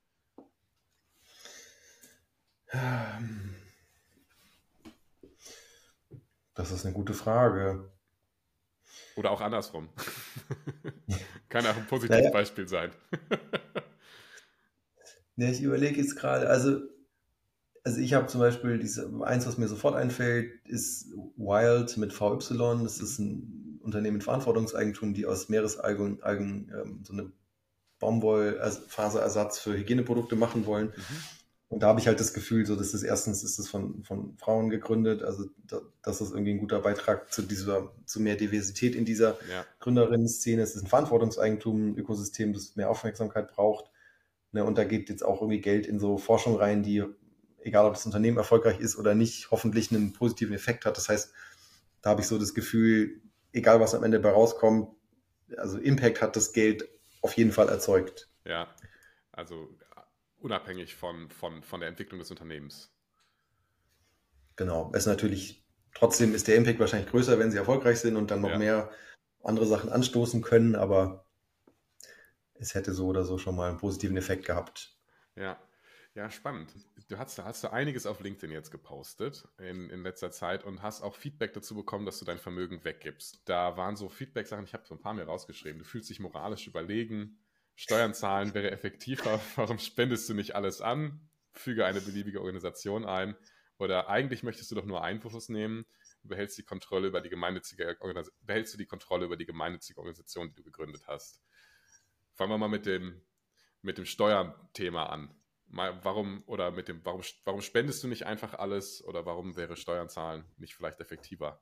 Das ist eine gute Frage. Oder auch andersrum. Kann auch ein positives naja. Beispiel sein. Ja, ich überlege jetzt gerade, also, also ich habe zum Beispiel diese, eins, was mir sofort einfällt, ist Wild mit V Y. Das ist ein Unternehmen mit Verantwortungseigentum, die aus Meeresalgen Algen, ähm, so eine Baumwollfaserersatz für Hygieneprodukte machen wollen. Mhm. Und da habe ich halt das Gefühl, so, das ist erstens ist es von, von Frauen gegründet, also da, das ist irgendwie ein guter Beitrag zu dieser, zu mehr Diversität in dieser ja. Gründerinnen-Szene. Es ist ein Verantwortungseigentum, ein Ökosystem, das mehr Aufmerksamkeit braucht. Ne, und da geht jetzt auch irgendwie Geld in so Forschung rein, die, egal ob das Unternehmen erfolgreich ist oder nicht, hoffentlich einen positiven Effekt hat. Das heißt, da habe ich so das Gefühl, egal was am Ende dabei rauskommt, also Impact hat das Geld auf jeden Fall erzeugt. Ja, also unabhängig von, von, von der Entwicklung des Unternehmens. Genau, es ist natürlich, trotzdem ist der Impact wahrscheinlich größer, wenn sie erfolgreich sind und dann noch ja. mehr andere Sachen anstoßen können, aber es hätte so oder so schon mal einen positiven Effekt gehabt. Ja, ja, spannend. Du hast, hast du einiges auf LinkedIn jetzt gepostet in, in letzter Zeit und hast auch Feedback dazu bekommen, dass du dein Vermögen weggibst. Da waren so Feedback-Sachen, ich habe so ein paar mir rausgeschrieben. Du fühlst dich moralisch überlegen, Steuern zahlen wäre effektiver, warum spendest du nicht alles an? Füge eine beliebige Organisation ein. Oder eigentlich möchtest du doch nur Einfluss nehmen, behältst die Kontrolle über die gemeinnützige Organisation, behältst du die Kontrolle über die gemeinnützige Organisation, die du gegründet hast. Fangen wir mal mit dem, mit dem Steuerthema an. Mal, warum oder mit dem, warum, warum spendest du nicht einfach alles oder warum wäre Steuern zahlen nicht vielleicht effektiver?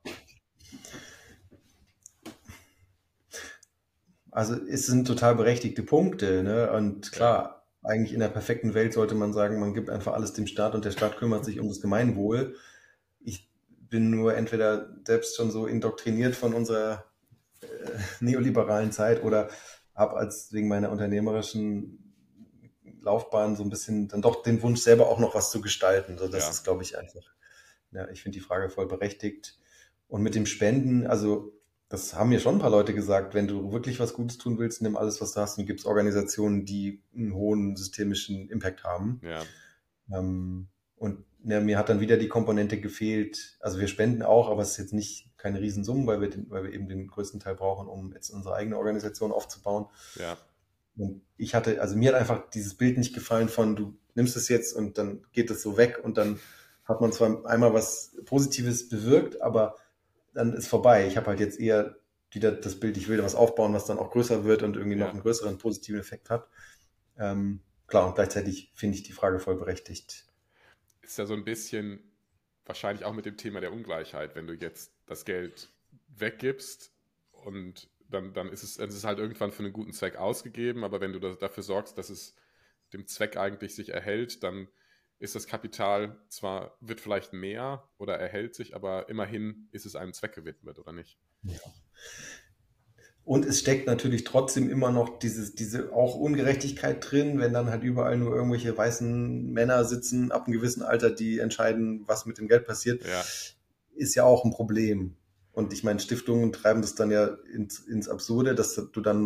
Also es sind total berechtigte Punkte, ne? Und klar, ja. eigentlich in der perfekten Welt sollte man sagen, man gibt einfach alles dem Staat und der Staat kümmert sich um das Gemeinwohl. Ich bin nur entweder selbst schon so indoktriniert von unserer äh, neoliberalen Zeit oder habe als wegen meiner unternehmerischen Laufbahn so ein bisschen dann doch den Wunsch, selber auch noch was zu gestalten. So, das ja. ist, glaube ich, einfach. Ja, ich finde die Frage voll berechtigt. Und mit dem Spenden, also das haben mir schon ein paar Leute gesagt, wenn du wirklich was Gutes tun willst, nimm alles, was du hast und gibst Organisationen, die einen hohen systemischen Impact haben. Ja. Ähm, und ja, mir hat dann wieder die Komponente gefehlt. Also wir spenden auch, aber es ist jetzt nicht keine Riesensummen, weil wir, den, weil wir eben den größten Teil brauchen, um jetzt unsere eigene Organisation aufzubauen. Ja. Und ich hatte, also mir hat einfach dieses Bild nicht gefallen von, du nimmst es jetzt und dann geht es so weg und dann hat man zwar einmal was Positives bewirkt, aber dann ist vorbei. Ich habe halt jetzt eher wieder das Bild, ich will was aufbauen, was dann auch größer wird und irgendwie ja. noch einen größeren positiven Effekt hat. Ähm, klar, und gleichzeitig finde ich die Frage voll berechtigt. Ist ja so ein bisschen wahrscheinlich auch mit dem Thema der Ungleichheit, wenn du jetzt das Geld weggibst und dann, dann ist es, es ist halt irgendwann für einen guten Zweck ausgegeben, aber wenn du das, dafür sorgst, dass es dem Zweck eigentlich sich erhält, dann ist das Kapital zwar, wird vielleicht mehr oder erhält sich, aber immerhin ist es einem Zweck gewidmet, oder nicht? Ja. Und es steckt natürlich trotzdem immer noch dieses, diese auch Ungerechtigkeit drin, wenn dann halt überall nur irgendwelche weißen Männer sitzen ab einem gewissen Alter, die entscheiden, was mit dem Geld passiert, ja. ist ja auch ein Problem. Und ich meine, Stiftungen treiben das dann ja ins, ins Absurde, dass du dann noch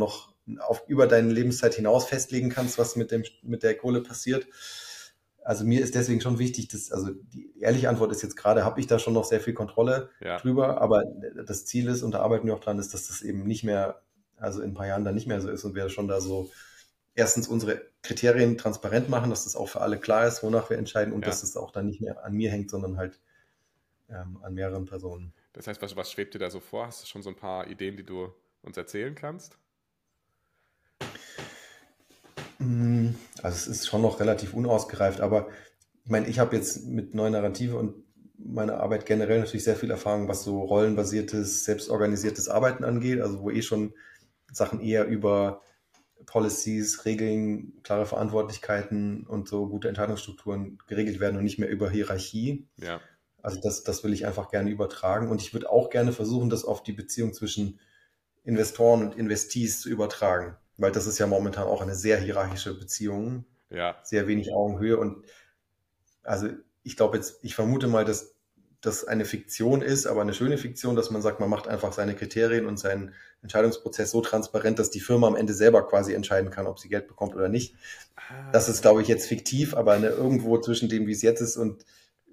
auf, über deine Lebenszeit hinaus festlegen kannst, was mit, dem, mit der Kohle passiert. Also mir ist deswegen schon wichtig, dass, also die ehrliche Antwort ist jetzt gerade, habe ich da schon noch sehr viel Kontrolle Ja. drüber, aber das Ziel ist, und da arbeiten wir auch dran, ist, dass das eben nicht mehr, also in ein paar Jahren dann nicht mehr so ist und wir schon da so erstens unsere Kriterien transparent machen, dass das auch für alle klar ist, wonach wir entscheiden und Ja. dass es auch dann nicht mehr an mir hängt, sondern halt ähm, an mehreren Personen. Das heißt, was, was schwebt dir da so vor? Hast du schon so ein paar Ideen, die du uns erzählen kannst? Also es ist schon noch relativ unausgereift, aber ich meine, ich habe jetzt mit Neue Narrative und meiner Arbeit generell natürlich sehr viel Erfahrung, was so rollenbasiertes, selbstorganisiertes Arbeiten angeht, also wo eh schon Sachen eher über Policies, Regeln, klare Verantwortlichkeiten und so gute Entscheidungsstrukturen geregelt werden und nicht mehr über Hierarchie. Ja. Also das, das will ich einfach gerne übertragen und ich würde auch gerne versuchen, das auf die Beziehung zwischen Investoren und Investees zu übertragen, weil das ist ja momentan auch eine sehr hierarchische Beziehung, Ja. sehr wenig Augenhöhe und also ich glaube jetzt, ich vermute mal, dass das eine Fiktion ist, aber eine schöne Fiktion, dass man sagt, man macht einfach seine Kriterien und seinen Entscheidungsprozess so transparent, dass die Firma am Ende selber quasi entscheiden kann, ob sie Geld bekommt oder nicht. Ah. Das ist, glaube ich, jetzt fiktiv, aber eine, irgendwo zwischen dem, wie es jetzt ist und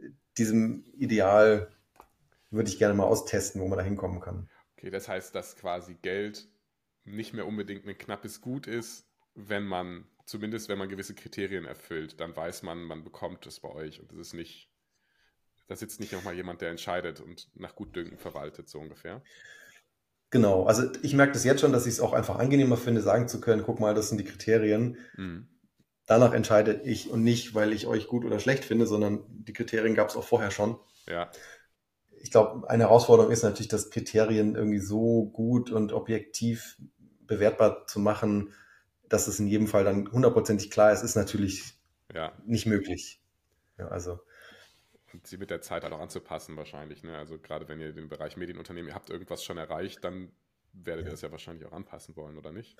diesem Ideal würde ich gerne mal austesten, wo man da hinkommen kann. Okay, das heißt, dass quasi Geld nicht mehr unbedingt ein knappes Gut ist, wenn man, zumindest wenn man gewisse Kriterien erfüllt, dann weiß man, man bekommt es bei euch und es ist nicht, da sitzt nicht nochmal jemand, der entscheidet und nach Gutdünken verwaltet, so ungefähr. Genau, also ich merke das jetzt schon, dass ich es auch einfach angenehmer finde, sagen zu können, guck mal, das sind die Kriterien. Mhm. Danach entscheide ich und nicht, weil ich euch gut oder schlecht finde, sondern die Kriterien gab es auch vorher schon. Ja. Ich glaube, eine Herausforderung ist natürlich, das Kriterien irgendwie so gut und objektiv bewertbar zu machen, dass es in jedem Fall dann hundertprozentig klar ist, ist natürlich Ja. nicht möglich. Ja, also Und sie mit der Zeit halt auch anzupassen wahrscheinlich. Ne? Also gerade wenn ihr den Bereich Medienunternehmen, ihr habt irgendwas schon erreicht, dann werdet Ja. ihr das ja wahrscheinlich auch anpassen wollen, oder nicht?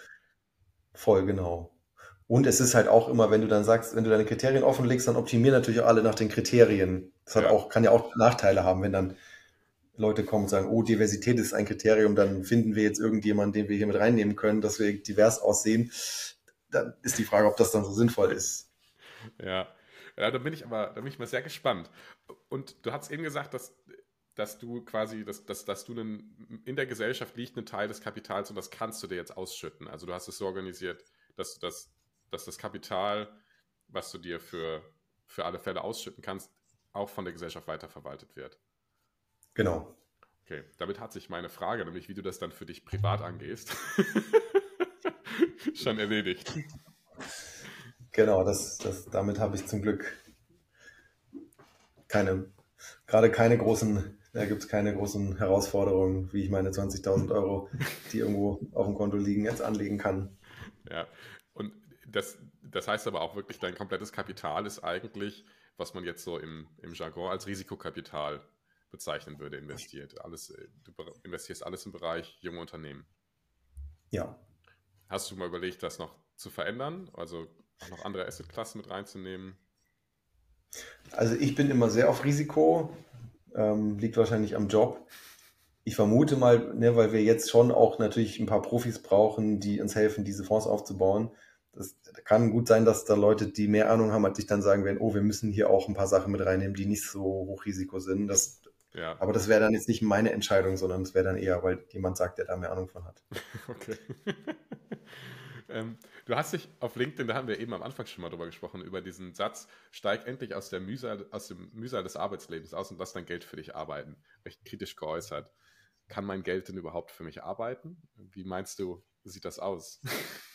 voll genau. Und es ist halt auch immer, wenn du dann sagst, wenn du deine Kriterien offenlegst, dann optimieren natürlich auch alle nach den Kriterien. Das hat Ja. auch, kann ja auch Nachteile haben, wenn dann Leute kommen und sagen, oh, Diversität ist ein Kriterium, dann finden wir jetzt irgendjemanden, den wir hier mit reinnehmen können, dass wir divers aussehen. Dann ist die Frage, ob das dann so sinnvoll ist. Ja. Ja, da bin ich aber, da bin ich mal sehr gespannt. Und du hast eben gesagt, dass, dass du quasi, dass, dass, dass du einen, in der Gesellschaft liegt ein Teil des Kapitals und das kannst du dir jetzt ausschütten. Also du hast es so organisiert, dass du das, dass das Kapital, was du dir für, für alle Fälle ausschütten kannst, auch von der Gesellschaft weiterverwaltet wird. Genau. Okay, damit hat sich meine Frage, nämlich wie du das dann für dich privat angehst, schon erledigt. Genau, das, das, damit habe ich zum Glück keine, gerade keine großen, da gibt es keine großen Herausforderungen, wie ich meine zwanzigtausend Euro, die irgendwo auf dem Konto liegen, jetzt anlegen kann. Ja, und das, das heißt aber auch wirklich, dein komplettes Kapital ist eigentlich, was man jetzt so im, im Jargon als Risikokapital bezeichnen würde, investiert. Alles, du investierst alles im Bereich junge Unternehmen. Ja. Hast du mal überlegt, das noch zu verändern? Also auch noch andere Assetklassen mit reinzunehmen? Also ich bin immer sehr auf Risiko, ähm, liegt wahrscheinlich am Job. Ich vermute mal, ne, weil wir jetzt schon auch natürlich ein paar Profis brauchen, die uns helfen, diese Fonds aufzubauen. Das kann gut sein, dass da Leute, die mehr Ahnung haben, als ich dann sagen werden, oh, wir müssen hier auch ein paar Sachen mit reinnehmen, die nicht so Hochrisiko sind. Das, Ja. aber das wäre dann jetzt nicht meine Entscheidung, sondern es wäre dann eher, weil jemand sagt, der da mehr Ahnung von hat. Okay. ähm, du hast dich auf LinkedIn, da haben wir eben am Anfang schon mal drüber gesprochen, über diesen Satz, steig endlich aus der Mühsal, aus dem Mühsal des Arbeitslebens aus und lass dein Geld für dich arbeiten. Recht kritisch geäußert. Kann mein Geld denn überhaupt für mich arbeiten? Wie meinst du, sieht das aus?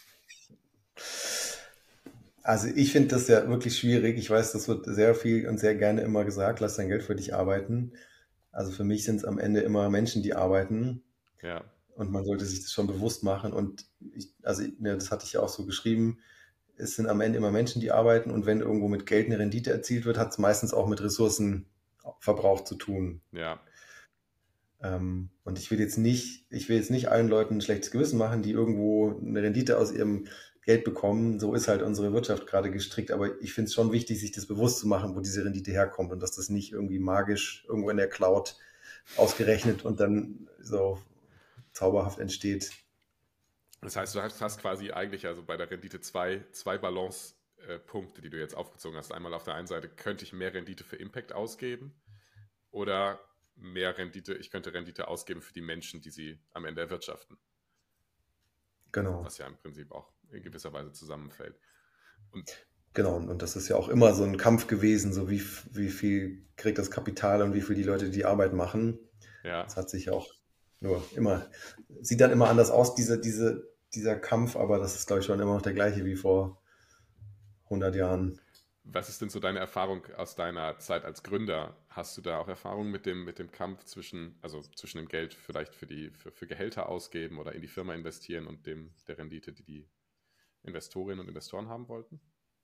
Also ich finde das ja wirklich schwierig. Ich weiß, das wird sehr viel und sehr gerne immer gesagt, lass dein Geld für dich arbeiten. Also für mich sind es am Ende immer Menschen, die arbeiten. Ja. Und man sollte sich das schon bewusst machen. Und ich, also ne, das hatte ich ja auch so geschrieben, es sind am Ende immer Menschen, die arbeiten. Und wenn irgendwo mit Geld eine Rendite erzielt wird, hat es meistens auch mit Ressourcenverbrauch zu tun. Ja. Ähm, und ich will jetzt nicht, ich will jetzt nicht allen Leuten ein schlechtes Gewissen machen, die irgendwo eine Rendite aus ihrem Geld bekommen. So ist halt unsere Wirtschaft gerade gestrickt. Aber ich finde es schon wichtig, sich das bewusst zu machen, wo diese Rendite herkommt und dass das nicht irgendwie magisch irgendwo in der Cloud ausgerechnet und dann so zauberhaft entsteht. Das heißt, du hast, hast quasi eigentlich also bei der Rendite zwei, zwei Balance-Punkte, die du jetzt aufgezogen hast. Einmal auf der einen Seite, könnte ich mehr Rendite für Impact ausgeben oder mehr Rendite, ich könnte Rendite ausgeben für die Menschen, die sie am Ende erwirtschaften. Genau. Was ja im Prinzip auch in gewisser Weise zusammenfällt. Und Genau, und das ist ja auch immer so ein Kampf gewesen, so wie, wie viel kriegt das Kapital und wie viel die Leute die Arbeit machen. ja, Das hat sich auch nur immer, sieht dann immer anders aus, diese, diese, dieser Kampf, aber das ist, glaube ich, schon immer noch der gleiche wie vor hundert Jahren. was ist denn so deine Erfahrung aus deiner Zeit als Gründer? Hast du da auch Erfahrung mit dem, mit dem Kampf zwischen, also zwischen dem Geld vielleicht für die, für, für Gehälter ausgeben oder in die Firma investieren und dem, der Rendite, die die Investorinnen und Investoren haben wollten?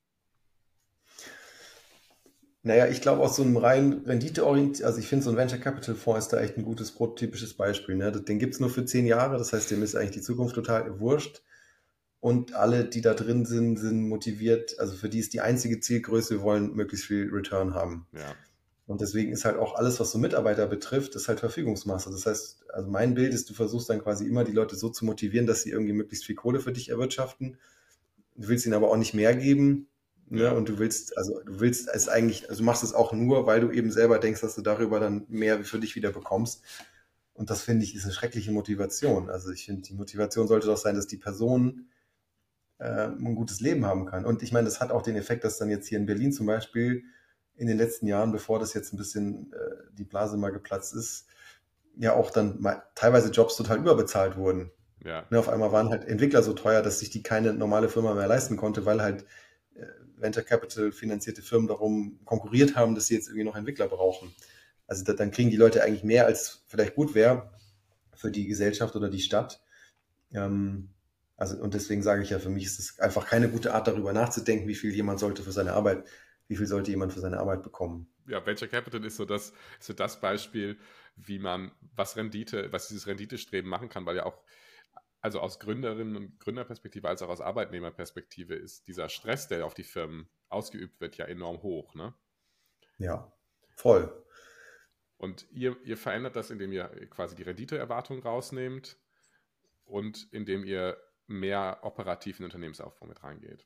Naja, ich glaube aus so einem rein renditeorientierten, also ich finde so ein Venture Capital Fonds ist da echt ein gutes prototypisches Beispiel. Ne? Den gibt es nur für zehn Jahre, das heißt, dem ist eigentlich die Zukunft total wurscht. Und alle, die da drin sind, sind motiviert, also für die ist die einzige Zielgröße, wir wollen möglichst viel Return haben. Ja, Und deswegen ist halt auch alles, was so Mitarbeiter betrifft, ist halt Verfügungsmasse. Das heißt, also mein Bild ist, du versuchst dann quasi immer die Leute so zu motivieren, dass sie irgendwie möglichst viel Kohle für dich erwirtschaften. Du willst ihnen aber auch nicht mehr geben. Ne? ja, Und du willst, also du willst es eigentlich, also du machst es auch nur, weil du eben selber denkst, dass du darüber dann mehr für dich wieder bekommst. Und das finde ich ist eine schreckliche Motivation. Also ich finde, die Motivation sollte doch sein, dass die Person äh, ein gutes Leben haben kann. Und ich meine, das hat auch den Effekt, dass dann jetzt hier in Berlin zum Beispiel in den letzten Jahren, bevor das jetzt ein bisschen äh, die Blase mal geplatzt ist, ja auch dann mal, teilweise Jobs total überbezahlt wurden. ja, Ne, auf einmal waren halt Entwickler so teuer, dass sich die keine normale Firma mehr leisten konnte, weil halt äh, Venture Capital finanzierte Firmen darum konkurriert haben, dass sie jetzt irgendwie noch Entwickler brauchen. Also da, dann kriegen die Leute eigentlich mehr, als vielleicht gut wäre für die Gesellschaft oder die Stadt. Ähm, also, und deswegen sage ich ja, für mich ist es einfach keine gute Art, darüber nachzudenken, wie viel jemand sollte für seine Arbeit, wie viel sollte jemand für seine Arbeit bekommen. ja, Venture Capital ist so das, ist so das Beispiel, wie man, was Rendite, was dieses Renditestreben machen kann, weil ja auch, also aus Gründerinnen und Gründerperspektive als auch aus Arbeitnehmerperspektive ist dieser Stress, der auf die Firmen ausgeübt wird, ja enorm hoch, ne? Ja, voll. Und ihr, ihr verändert das, indem ihr quasi die Renditeerwartung rausnehmt und indem ihr mehr operativen Unternehmensaufbau mit reingeht.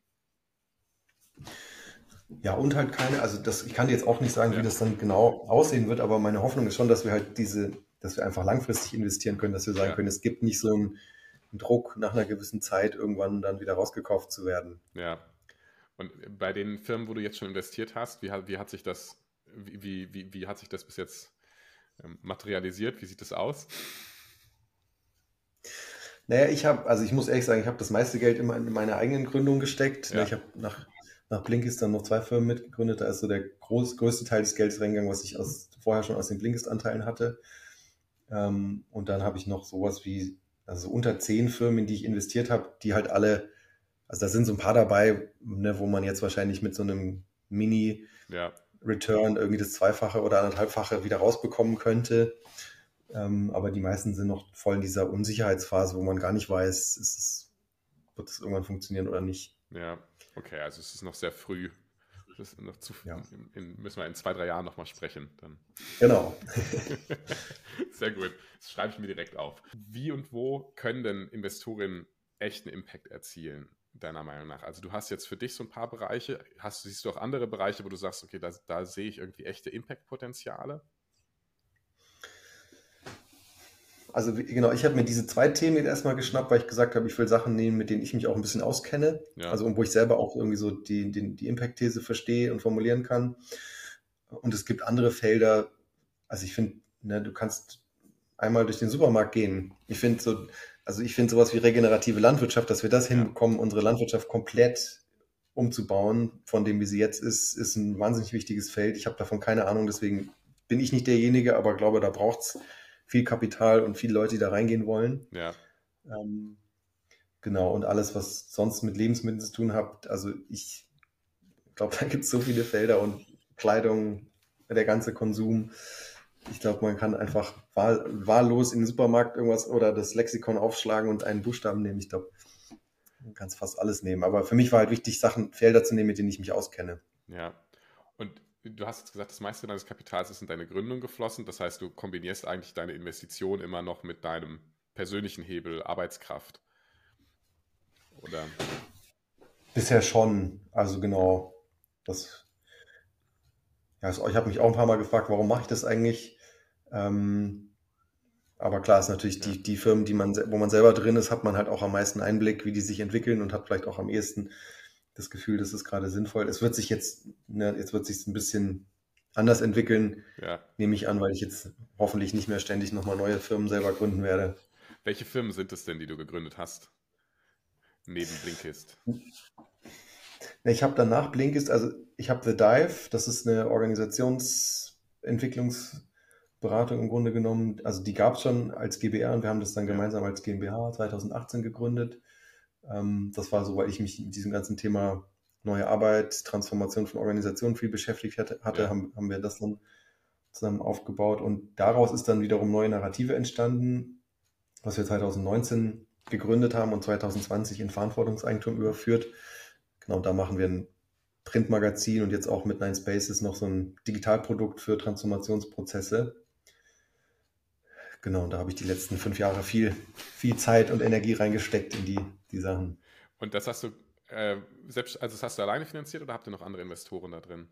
Ja, und halt keine, also das, ich kann dir jetzt auch nicht sagen, Ja. wie das dann genau aussehen wird, aber meine Hoffnung ist schon, dass wir halt diese, dass wir einfach langfristig investieren können, dass wir sagen Ja. können, es gibt nicht so einen Druck, nach einer gewissen Zeit irgendwann dann wieder rausgekauft zu werden. Ja. Und bei den Firmen, wo du jetzt schon investiert hast, wie, hat- wie hat sich das, wie, wie, wie hat sich das bis jetzt ähm, materialisiert? Wie sieht das aus? Naja, ich habe, also ich muss ehrlich sagen, ich habe das meiste Geld immer in meine eigenen Gründungen gesteckt. Ja. Ich habe nach, nach Blinkist dann noch zwei Firmen mitgegründet. Da ist so der groß, größte Teil des Geldes reingegangen, was ich aus, vorher schon aus den Blinkist-Anteilen hatte. Ähm, und dann habe ich noch sowas wie, also so unter zehn Firmen, in die ich investiert habe, die halt alle, also da sind so ein paar dabei, ne, wo man jetzt wahrscheinlich mit so einem Mini-Return Ja. irgendwie das Zweifache oder anderthalbfache wieder rausbekommen könnte. Ähm, aber die meisten sind noch voll in dieser Unsicherheitsphase, wo man gar nicht weiß, ist es, wird es irgendwann funktionieren oder nicht. Ja. Okay, also es ist noch sehr früh. Das ist noch zu, Ja. in, in, müssen wir in zwei, drei Jahren nochmal sprechen. Dann. Genau. Sehr gut. Das schreibe ich mir direkt auf. Wie und wo können denn Investorinnen echten Impact erzielen, deiner Meinung nach? Also du hast jetzt für dich so ein paar Bereiche. Hast, siehst du auch andere Bereiche, wo du sagst, okay, da, da sehe ich irgendwie echte Impact-Potenziale? Also wie- genau, ich habe mir diese zwei Themen jetzt erstmal geschnappt, weil ich gesagt habe, ich will Sachen nehmen, mit denen ich mich auch ein bisschen auskenne. Ja. Also und wo ich selber auch irgendwie so die, die, die Impact-These verstehe und formulieren kann. Und es gibt andere Felder, also ich finde, ne, du kannst einmal durch den Supermarkt gehen. Ich finde so, also ich finde sowas wie regenerative Landwirtschaft, dass wir das Ja. hinbekommen, unsere Landwirtschaft komplett umzubauen, von dem wie sie jetzt ist, ist ein wahnsinnig wichtiges Feld. Ich habe davon keine Ahnung, deswegen bin ich nicht derjenige, aber glaube, da braucht es viel Kapital und viele Leute, die da reingehen wollen. Ja. Ähm, genau, und alles, was sonst mit Lebensmitteln zu tun hat, also ich glaube, da gibt es so viele Felder und Kleidung, der ganze Konsum. Ich glaube, man kann einfach wahl, wahllos in den Supermarkt irgendwas oder das Lexikon aufschlagen und einen Buchstaben nehmen. Ich glaube, man kann fast alles nehmen. Aber für mich war halt wichtig, Sachen, Felder zu nehmen, mit denen ich mich auskenne. Ja. Und du hast jetzt gesagt, das meiste deines Kapitals ist in deine Gründung geflossen. Das heißt, du kombinierst eigentlich deine Investition immer noch mit deinem persönlichen Hebel Arbeitskraft. Oder? Bisher schon. Also genau. Das, ja, also ich habe mich auch ein paar Mal gefragt, warum mache ich das eigentlich? Ähm, aber klar ist natürlich Ja. die, die Firmen, die man, se- wo man selber drin ist, hat man halt auch am meisten Einblick, wie die sich entwickeln und hat vielleicht auch am ehesten das Gefühl, das ist gerade sinnvoll. Es wird sich jetzt, ne, jetzt wird sich ein bisschen anders entwickeln, Ja. nehme ich an, weil ich jetzt hoffentlich nicht mehr ständig nochmal neue Firmen selber gründen werde. Welche Firmen sind es denn, die du gegründet hast? Neben Blinkist. Ja, ich habe danach Blinkist, also ich habe The Dive, das ist eine Organisationsentwicklungsberatung im Grunde genommen. Also die gab es schon als GbR und wir haben das dann Ja. gemeinsam als GmbH zwanzig achtzehn gegründet. Ähm, das war so, weil ich mich mit diesem ganzen Thema neue Arbeit, Transformation von Organisationen viel beschäftigt hatte, hatte Ja. haben, haben wir das dann zusammen aufgebaut und daraus ist dann wiederum neue Narrative entstanden, was wir zwanzig neunzehn gegründet haben und zwanzig zwanzig in Verantwortungseigentum überführt. Genau, da machen wir ein Printmagazin und jetzt auch mit Nine Spaces noch so ein Digitalprodukt für Transformationsprozesse. Genau, und da habe ich die letzten fünf Jahre viel, viel Zeit und Energie reingesteckt in die, die Sachen. Und das hast du äh, selbst, also das hast du alleine finanziert oder habt ihr noch andere Investoren da drin?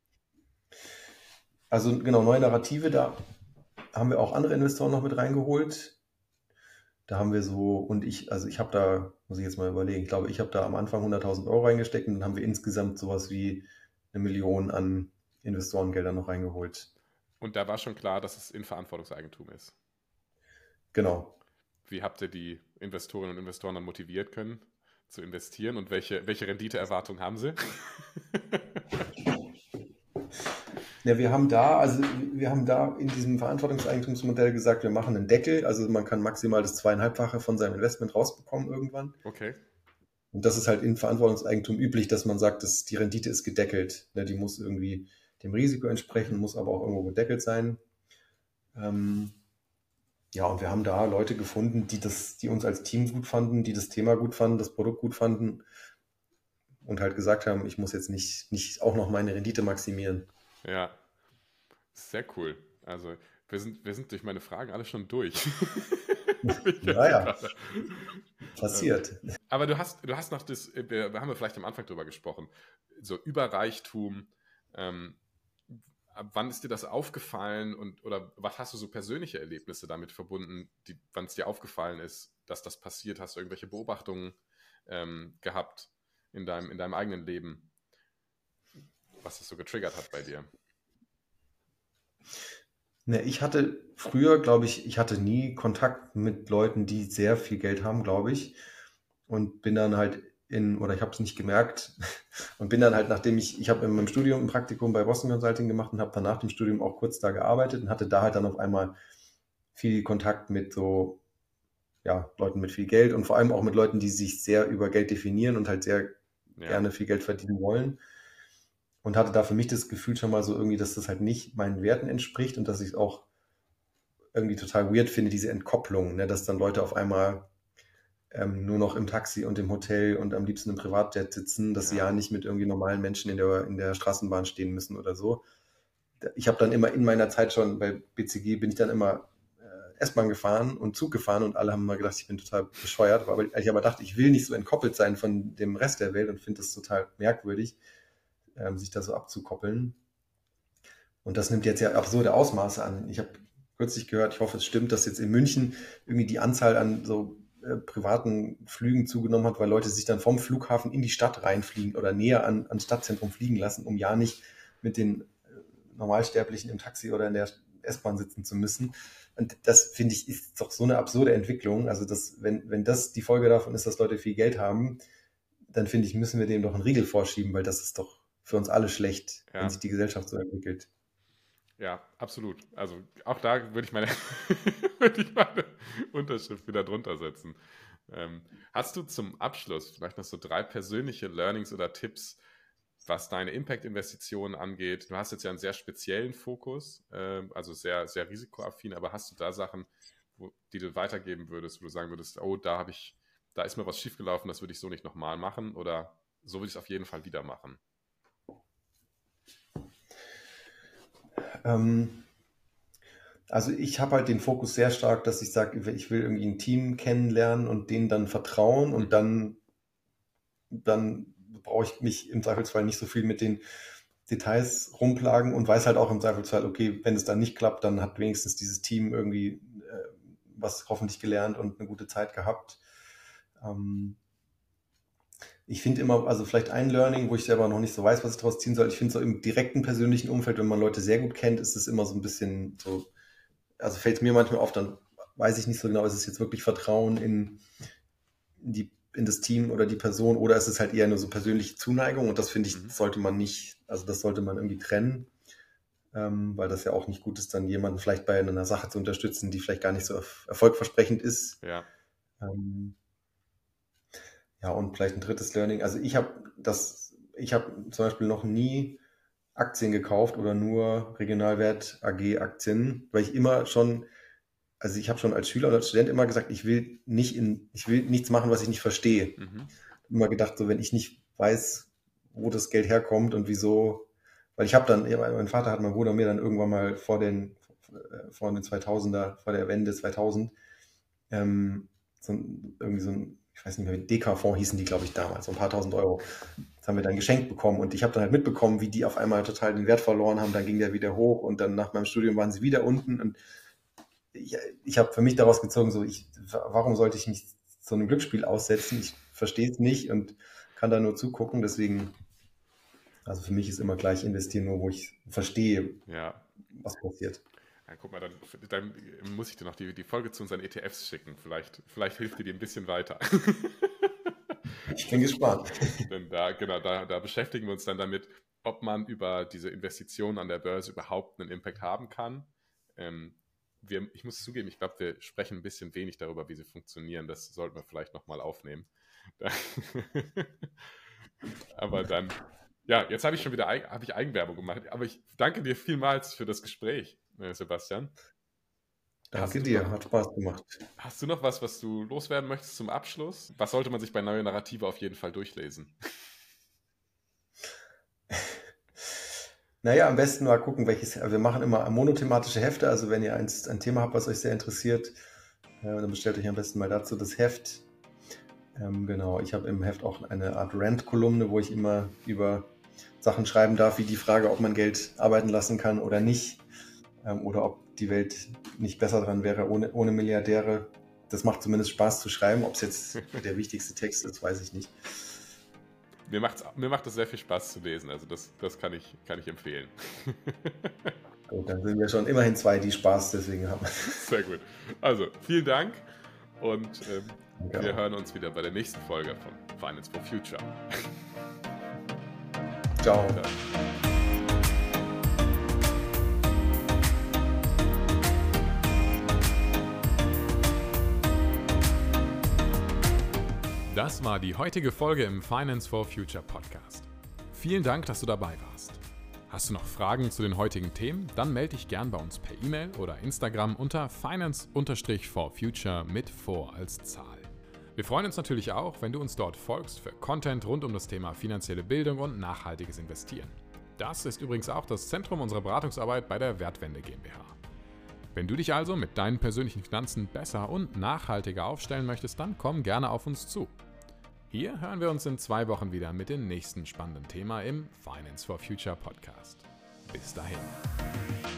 Also genau, neue Narrative, da haben wir auch andere Investoren noch mit reingeholt. Da haben wir so, und ich, also ich habe da, muss ich jetzt mal überlegen, ich glaube, ich habe da am Anfang hunderttausend Euro reingesteckt und dann haben wir insgesamt sowas wie eine Million an Investorengeldern noch reingeholt. Und da war schon klar, dass es in Verantwortungseigentum ist. Genau. Wie habt ihr die Investorinnen und Investoren dann motiviert können zu investieren und welche, welche Renditeerwartungen haben sie? Ja, wir haben da, also wir haben da in diesem Verantwortungseigentumsmodell gesagt, wir machen einen Deckel, also man kann maximal das zweieinhalbfache von seinem Investment rausbekommen irgendwann. Okay. Und das ist halt in Verantwortungseigentum üblich, dass man sagt, dass die Rendite ist gedeckelt. Ne, die muss irgendwie dem Risiko entsprechen, muss aber auch irgendwo gedeckelt sein. Ähm, ja, und wir haben da Leute gefunden, die das, die uns als Team gut fanden, die das Thema gut fanden, das Produkt gut fanden und halt gesagt haben, ich muss jetzt nicht, nicht auch noch meine Rendite maximieren. Ja, sehr cool. Also wir sind, wir sind durch meine Fragen alle schon durch. Ich jetzt so Naja, gerade. Ähm, passiert. aber du hast, du hast noch das, wir, wir haben ja vielleicht am Anfang drüber gesprochen, so über Reichtum. Ähm, ab wann ist dir das aufgefallen und oder was hast du so persönliche Erlebnisse damit verbunden, die, wann es dir aufgefallen ist, dass das passiert? Hast du irgendwelche Beobachtungen ähm, gehabt in deinem, in deinem eigenen Leben, was das so getriggert hat bei dir? Ne, ich hatte früher, glaube ich, ich hatte nie Kontakt mit Leuten, die sehr viel Geld haben, glaube ich. Und bin dann halt in, oder ich habe es nicht gemerkt, und bin dann halt, nachdem ich, ich habe in meinem Studium ein Praktikum bei Boston Consulting gemacht und habe dann nach dem Studium auch kurz da gearbeitet und hatte da halt dann auf einmal viel Kontakt mit so, ja, Leuten mit viel Geld und vor allem auch mit Leuten, die sich sehr über Geld definieren und halt sehr Ja, gerne viel Geld verdienen wollen. Und hatte da für mich das Gefühl schon mal so irgendwie, dass das halt nicht meinen Werten entspricht und dass ich es auch irgendwie total weird finde, diese Entkopplung, ne, dass dann Leute auf einmal ähm, nur noch im Taxi und im Hotel und am liebsten im Privatjet sitzen, dass sie ja, ja nicht mit irgendwie normalen Menschen in der, in der Straßenbahn stehen müssen oder so. Ich habe dann immer in meiner Zeit schon bei B C G bin ich dann immer äh, S-Bahn gefahren und Zug gefahren und alle haben mal gedacht, ich bin total bescheuert, aber ich aber dachte, ich will nicht so entkoppelt sein von dem Rest der Welt und finde das total merkwürdig, ähm, sich da so abzukoppeln. Und das nimmt jetzt ja absurde Ausmaße an. Ich habe kürzlich gehört, ich hoffe, es stimmt, dass jetzt in München irgendwie die Anzahl an so äh, privaten Flügen zugenommen hat, weil Leute sich dann vom Flughafen in die Stadt reinfliegen oder näher an, ans Stadtzentrum fliegen lassen, um ja nicht mit den äh, Normalsterblichen im Taxi oder in der S-Bahn sitzen zu müssen. Und das finde ich ist doch so eine absurde Entwicklung. Also das, wenn, wenn das die Folge davon ist, dass Leute viel Geld haben, dann finde ich, müssen wir dem doch einen Riegel vorschieben, weil das ist doch für uns alle schlecht, wenn ja. sich die Gesellschaft so entwickelt. Ja, absolut. Also auch da würde ich meine, würde ich meine Unterschrift wieder drunter setzen. Ähm, hast du zum Abschluss vielleicht noch so drei persönliche Learnings oder Tipps, was deine Impact-Investitionen angeht? Du hast jetzt ja einen sehr speziellen Fokus, ähm, also sehr, sehr risikoaffin, aber hast du da Sachen, wo, die du weitergeben würdest, wo du sagen würdest, oh, da habe ich, da ist mir was schiefgelaufen, das würde ich so nicht nochmal machen oder so würde ich es auf jeden Fall wieder machen? Ähm, also ich habe halt den Fokus sehr stark, dass ich sage, ich will irgendwie ein Team kennenlernen und denen dann vertrauen und Mhm. dann dann brauche ich mich im Zweifelsfall nicht so viel mit den Details rumplagen und weiß halt auch im Zweifelsfall, okay, wenn es dann nicht klappt, dann hat wenigstens dieses Team irgendwie äh, was hoffentlich gelernt und eine gute Zeit gehabt. Ähm, ich finde immer, also vielleicht ein Learning, wo ich selber noch nicht so weiß, was ich daraus ziehen soll. Ich finde so im direkten persönlichen Umfeld, wenn man Leute sehr gut kennt, ist es immer so ein bisschen so, also fällt es mir manchmal auf, dann weiß ich nicht so genau, ist es jetzt wirklich Vertrauen in, in die in das Team oder die Person oder ist es halt eher nur so persönliche Zuneigung und das finde ich, Mhm. sollte man nicht, also das sollte man irgendwie trennen, ähm, weil das ja auch nicht gut ist, dann jemanden vielleicht bei einer Sache zu unterstützen, die vielleicht gar nicht so erf- erfolgversprechend ist. Ja. Ähm, ja, und vielleicht ein drittes Learning. Also ich habe das, ich habe zum Beispiel noch nie Aktien gekauft oder nur Regionalwert A G Aktien, weil ich immer schon, also ich habe schon als Schüler oder als Student immer gesagt, ich will nicht in, ich will nichts machen, was ich nicht verstehe. Mhm. Immer gedacht, so wenn ich nicht weiß, wo das Geld herkommt und wieso, weil ich habe dann, ja, mein Vater hat mein Bruder und mir dann irgendwann mal vor den, äh, vor den zweitausender, vor der Wende zweitausend, ähm, so ein, irgendwie so ein, ich weiß nicht mehr, D K-Fonds hießen die, glaube ich, damals, so ein paar tausend Euro. Das haben wir dann geschenkt bekommen und ich habe dann halt mitbekommen, wie die auf einmal total den Wert verloren haben, dann ging der wieder hoch und dann nach meinem Studium waren sie wieder unten und ich, ich habe für mich daraus gezogen, so ich, warum sollte ich mich so einem Glücksspiel aussetzen? Ich verstehe es nicht und kann da nur zugucken. Deswegen, also für mich ist immer gleich investieren, nur wo ich verstehe, Ja. was passiert. Ja, guck mal, dann, dann muss ich dir noch die, die Folge zu unseren E T Fs schicken. Vielleicht, vielleicht hilft dir die ein bisschen weiter. Ich bin gespannt. Denn da, genau, da, da beschäftigen wir uns dann damit, ob man über diese Investitionen an der Börse überhaupt einen Impact haben kann. Ähm, wir, ich muss zugeben, ich glaube, wir sprechen ein bisschen wenig darüber, wie sie funktionieren. Das sollten wir vielleicht nochmal aufnehmen. Aber dann, ja, jetzt habe ich schon wieder Eig- habe ich Eigenwerbung gemacht. Aber ich danke dir vielmals für das Gespräch, äh, Sebastian. Hast Danke du dir, noch, hat Spaß gemacht. hast du noch was, was du loswerden möchtest zum Abschluss? Was sollte man sich bei Neue Narrative auf jeden Fall durchlesen? Naja, am besten mal gucken, welches, wir machen immer monothematische Hefte, also wenn ihr ein, ein Thema habt, was euch sehr interessiert, äh, dann bestellt euch am besten mal dazu das Heft. Ähm, genau, ich habe im Heft auch eine Art Rant-Kolumne, wo ich immer über Sachen schreiben darf, wie die Frage, ob man Geld arbeiten lassen kann oder nicht, ähm, oder ob die Welt nicht besser dran wäre ohne, ohne Milliardäre. Das macht zumindest Spaß zu schreiben. Ob es jetzt der wichtigste Text ist, weiß ich nicht. Mir, macht's, mir macht es sehr viel Spaß zu lesen, also das, das kann, ich, kann ich empfehlen. Gut, dann sind wir schon immerhin zwei, die Spaß deswegen haben. Sehr gut. Also, vielen Dank und ähm, Danke wir auch. hören uns wieder bei der nächsten Folge von Finance for Future. Ciao. Ja. Das war die heutige Folge im Finance for Future Podcast. Vielen Dank, dass du dabei warst. Hast du noch Fragen zu den heutigen Themen? Dann melde dich gern bei uns per E-Mail oder Instagram unter finance for future mit vor als Zahl. Wir freuen uns natürlich auch, wenn du uns dort folgst für Content rund um das Thema finanzielle Bildung und nachhaltiges Investieren. Das ist übrigens auch das Zentrum unserer Beratungsarbeit bei der Wertwende GmbH. Wenn du dich also mit deinen persönlichen Finanzen besser und nachhaltiger aufstellen möchtest, dann komm gerne auf uns zu. Hier hören wir uns in zwei Wochen wieder mit dem nächsten spannenden Thema im Finance for Future Podcast. Bis dahin.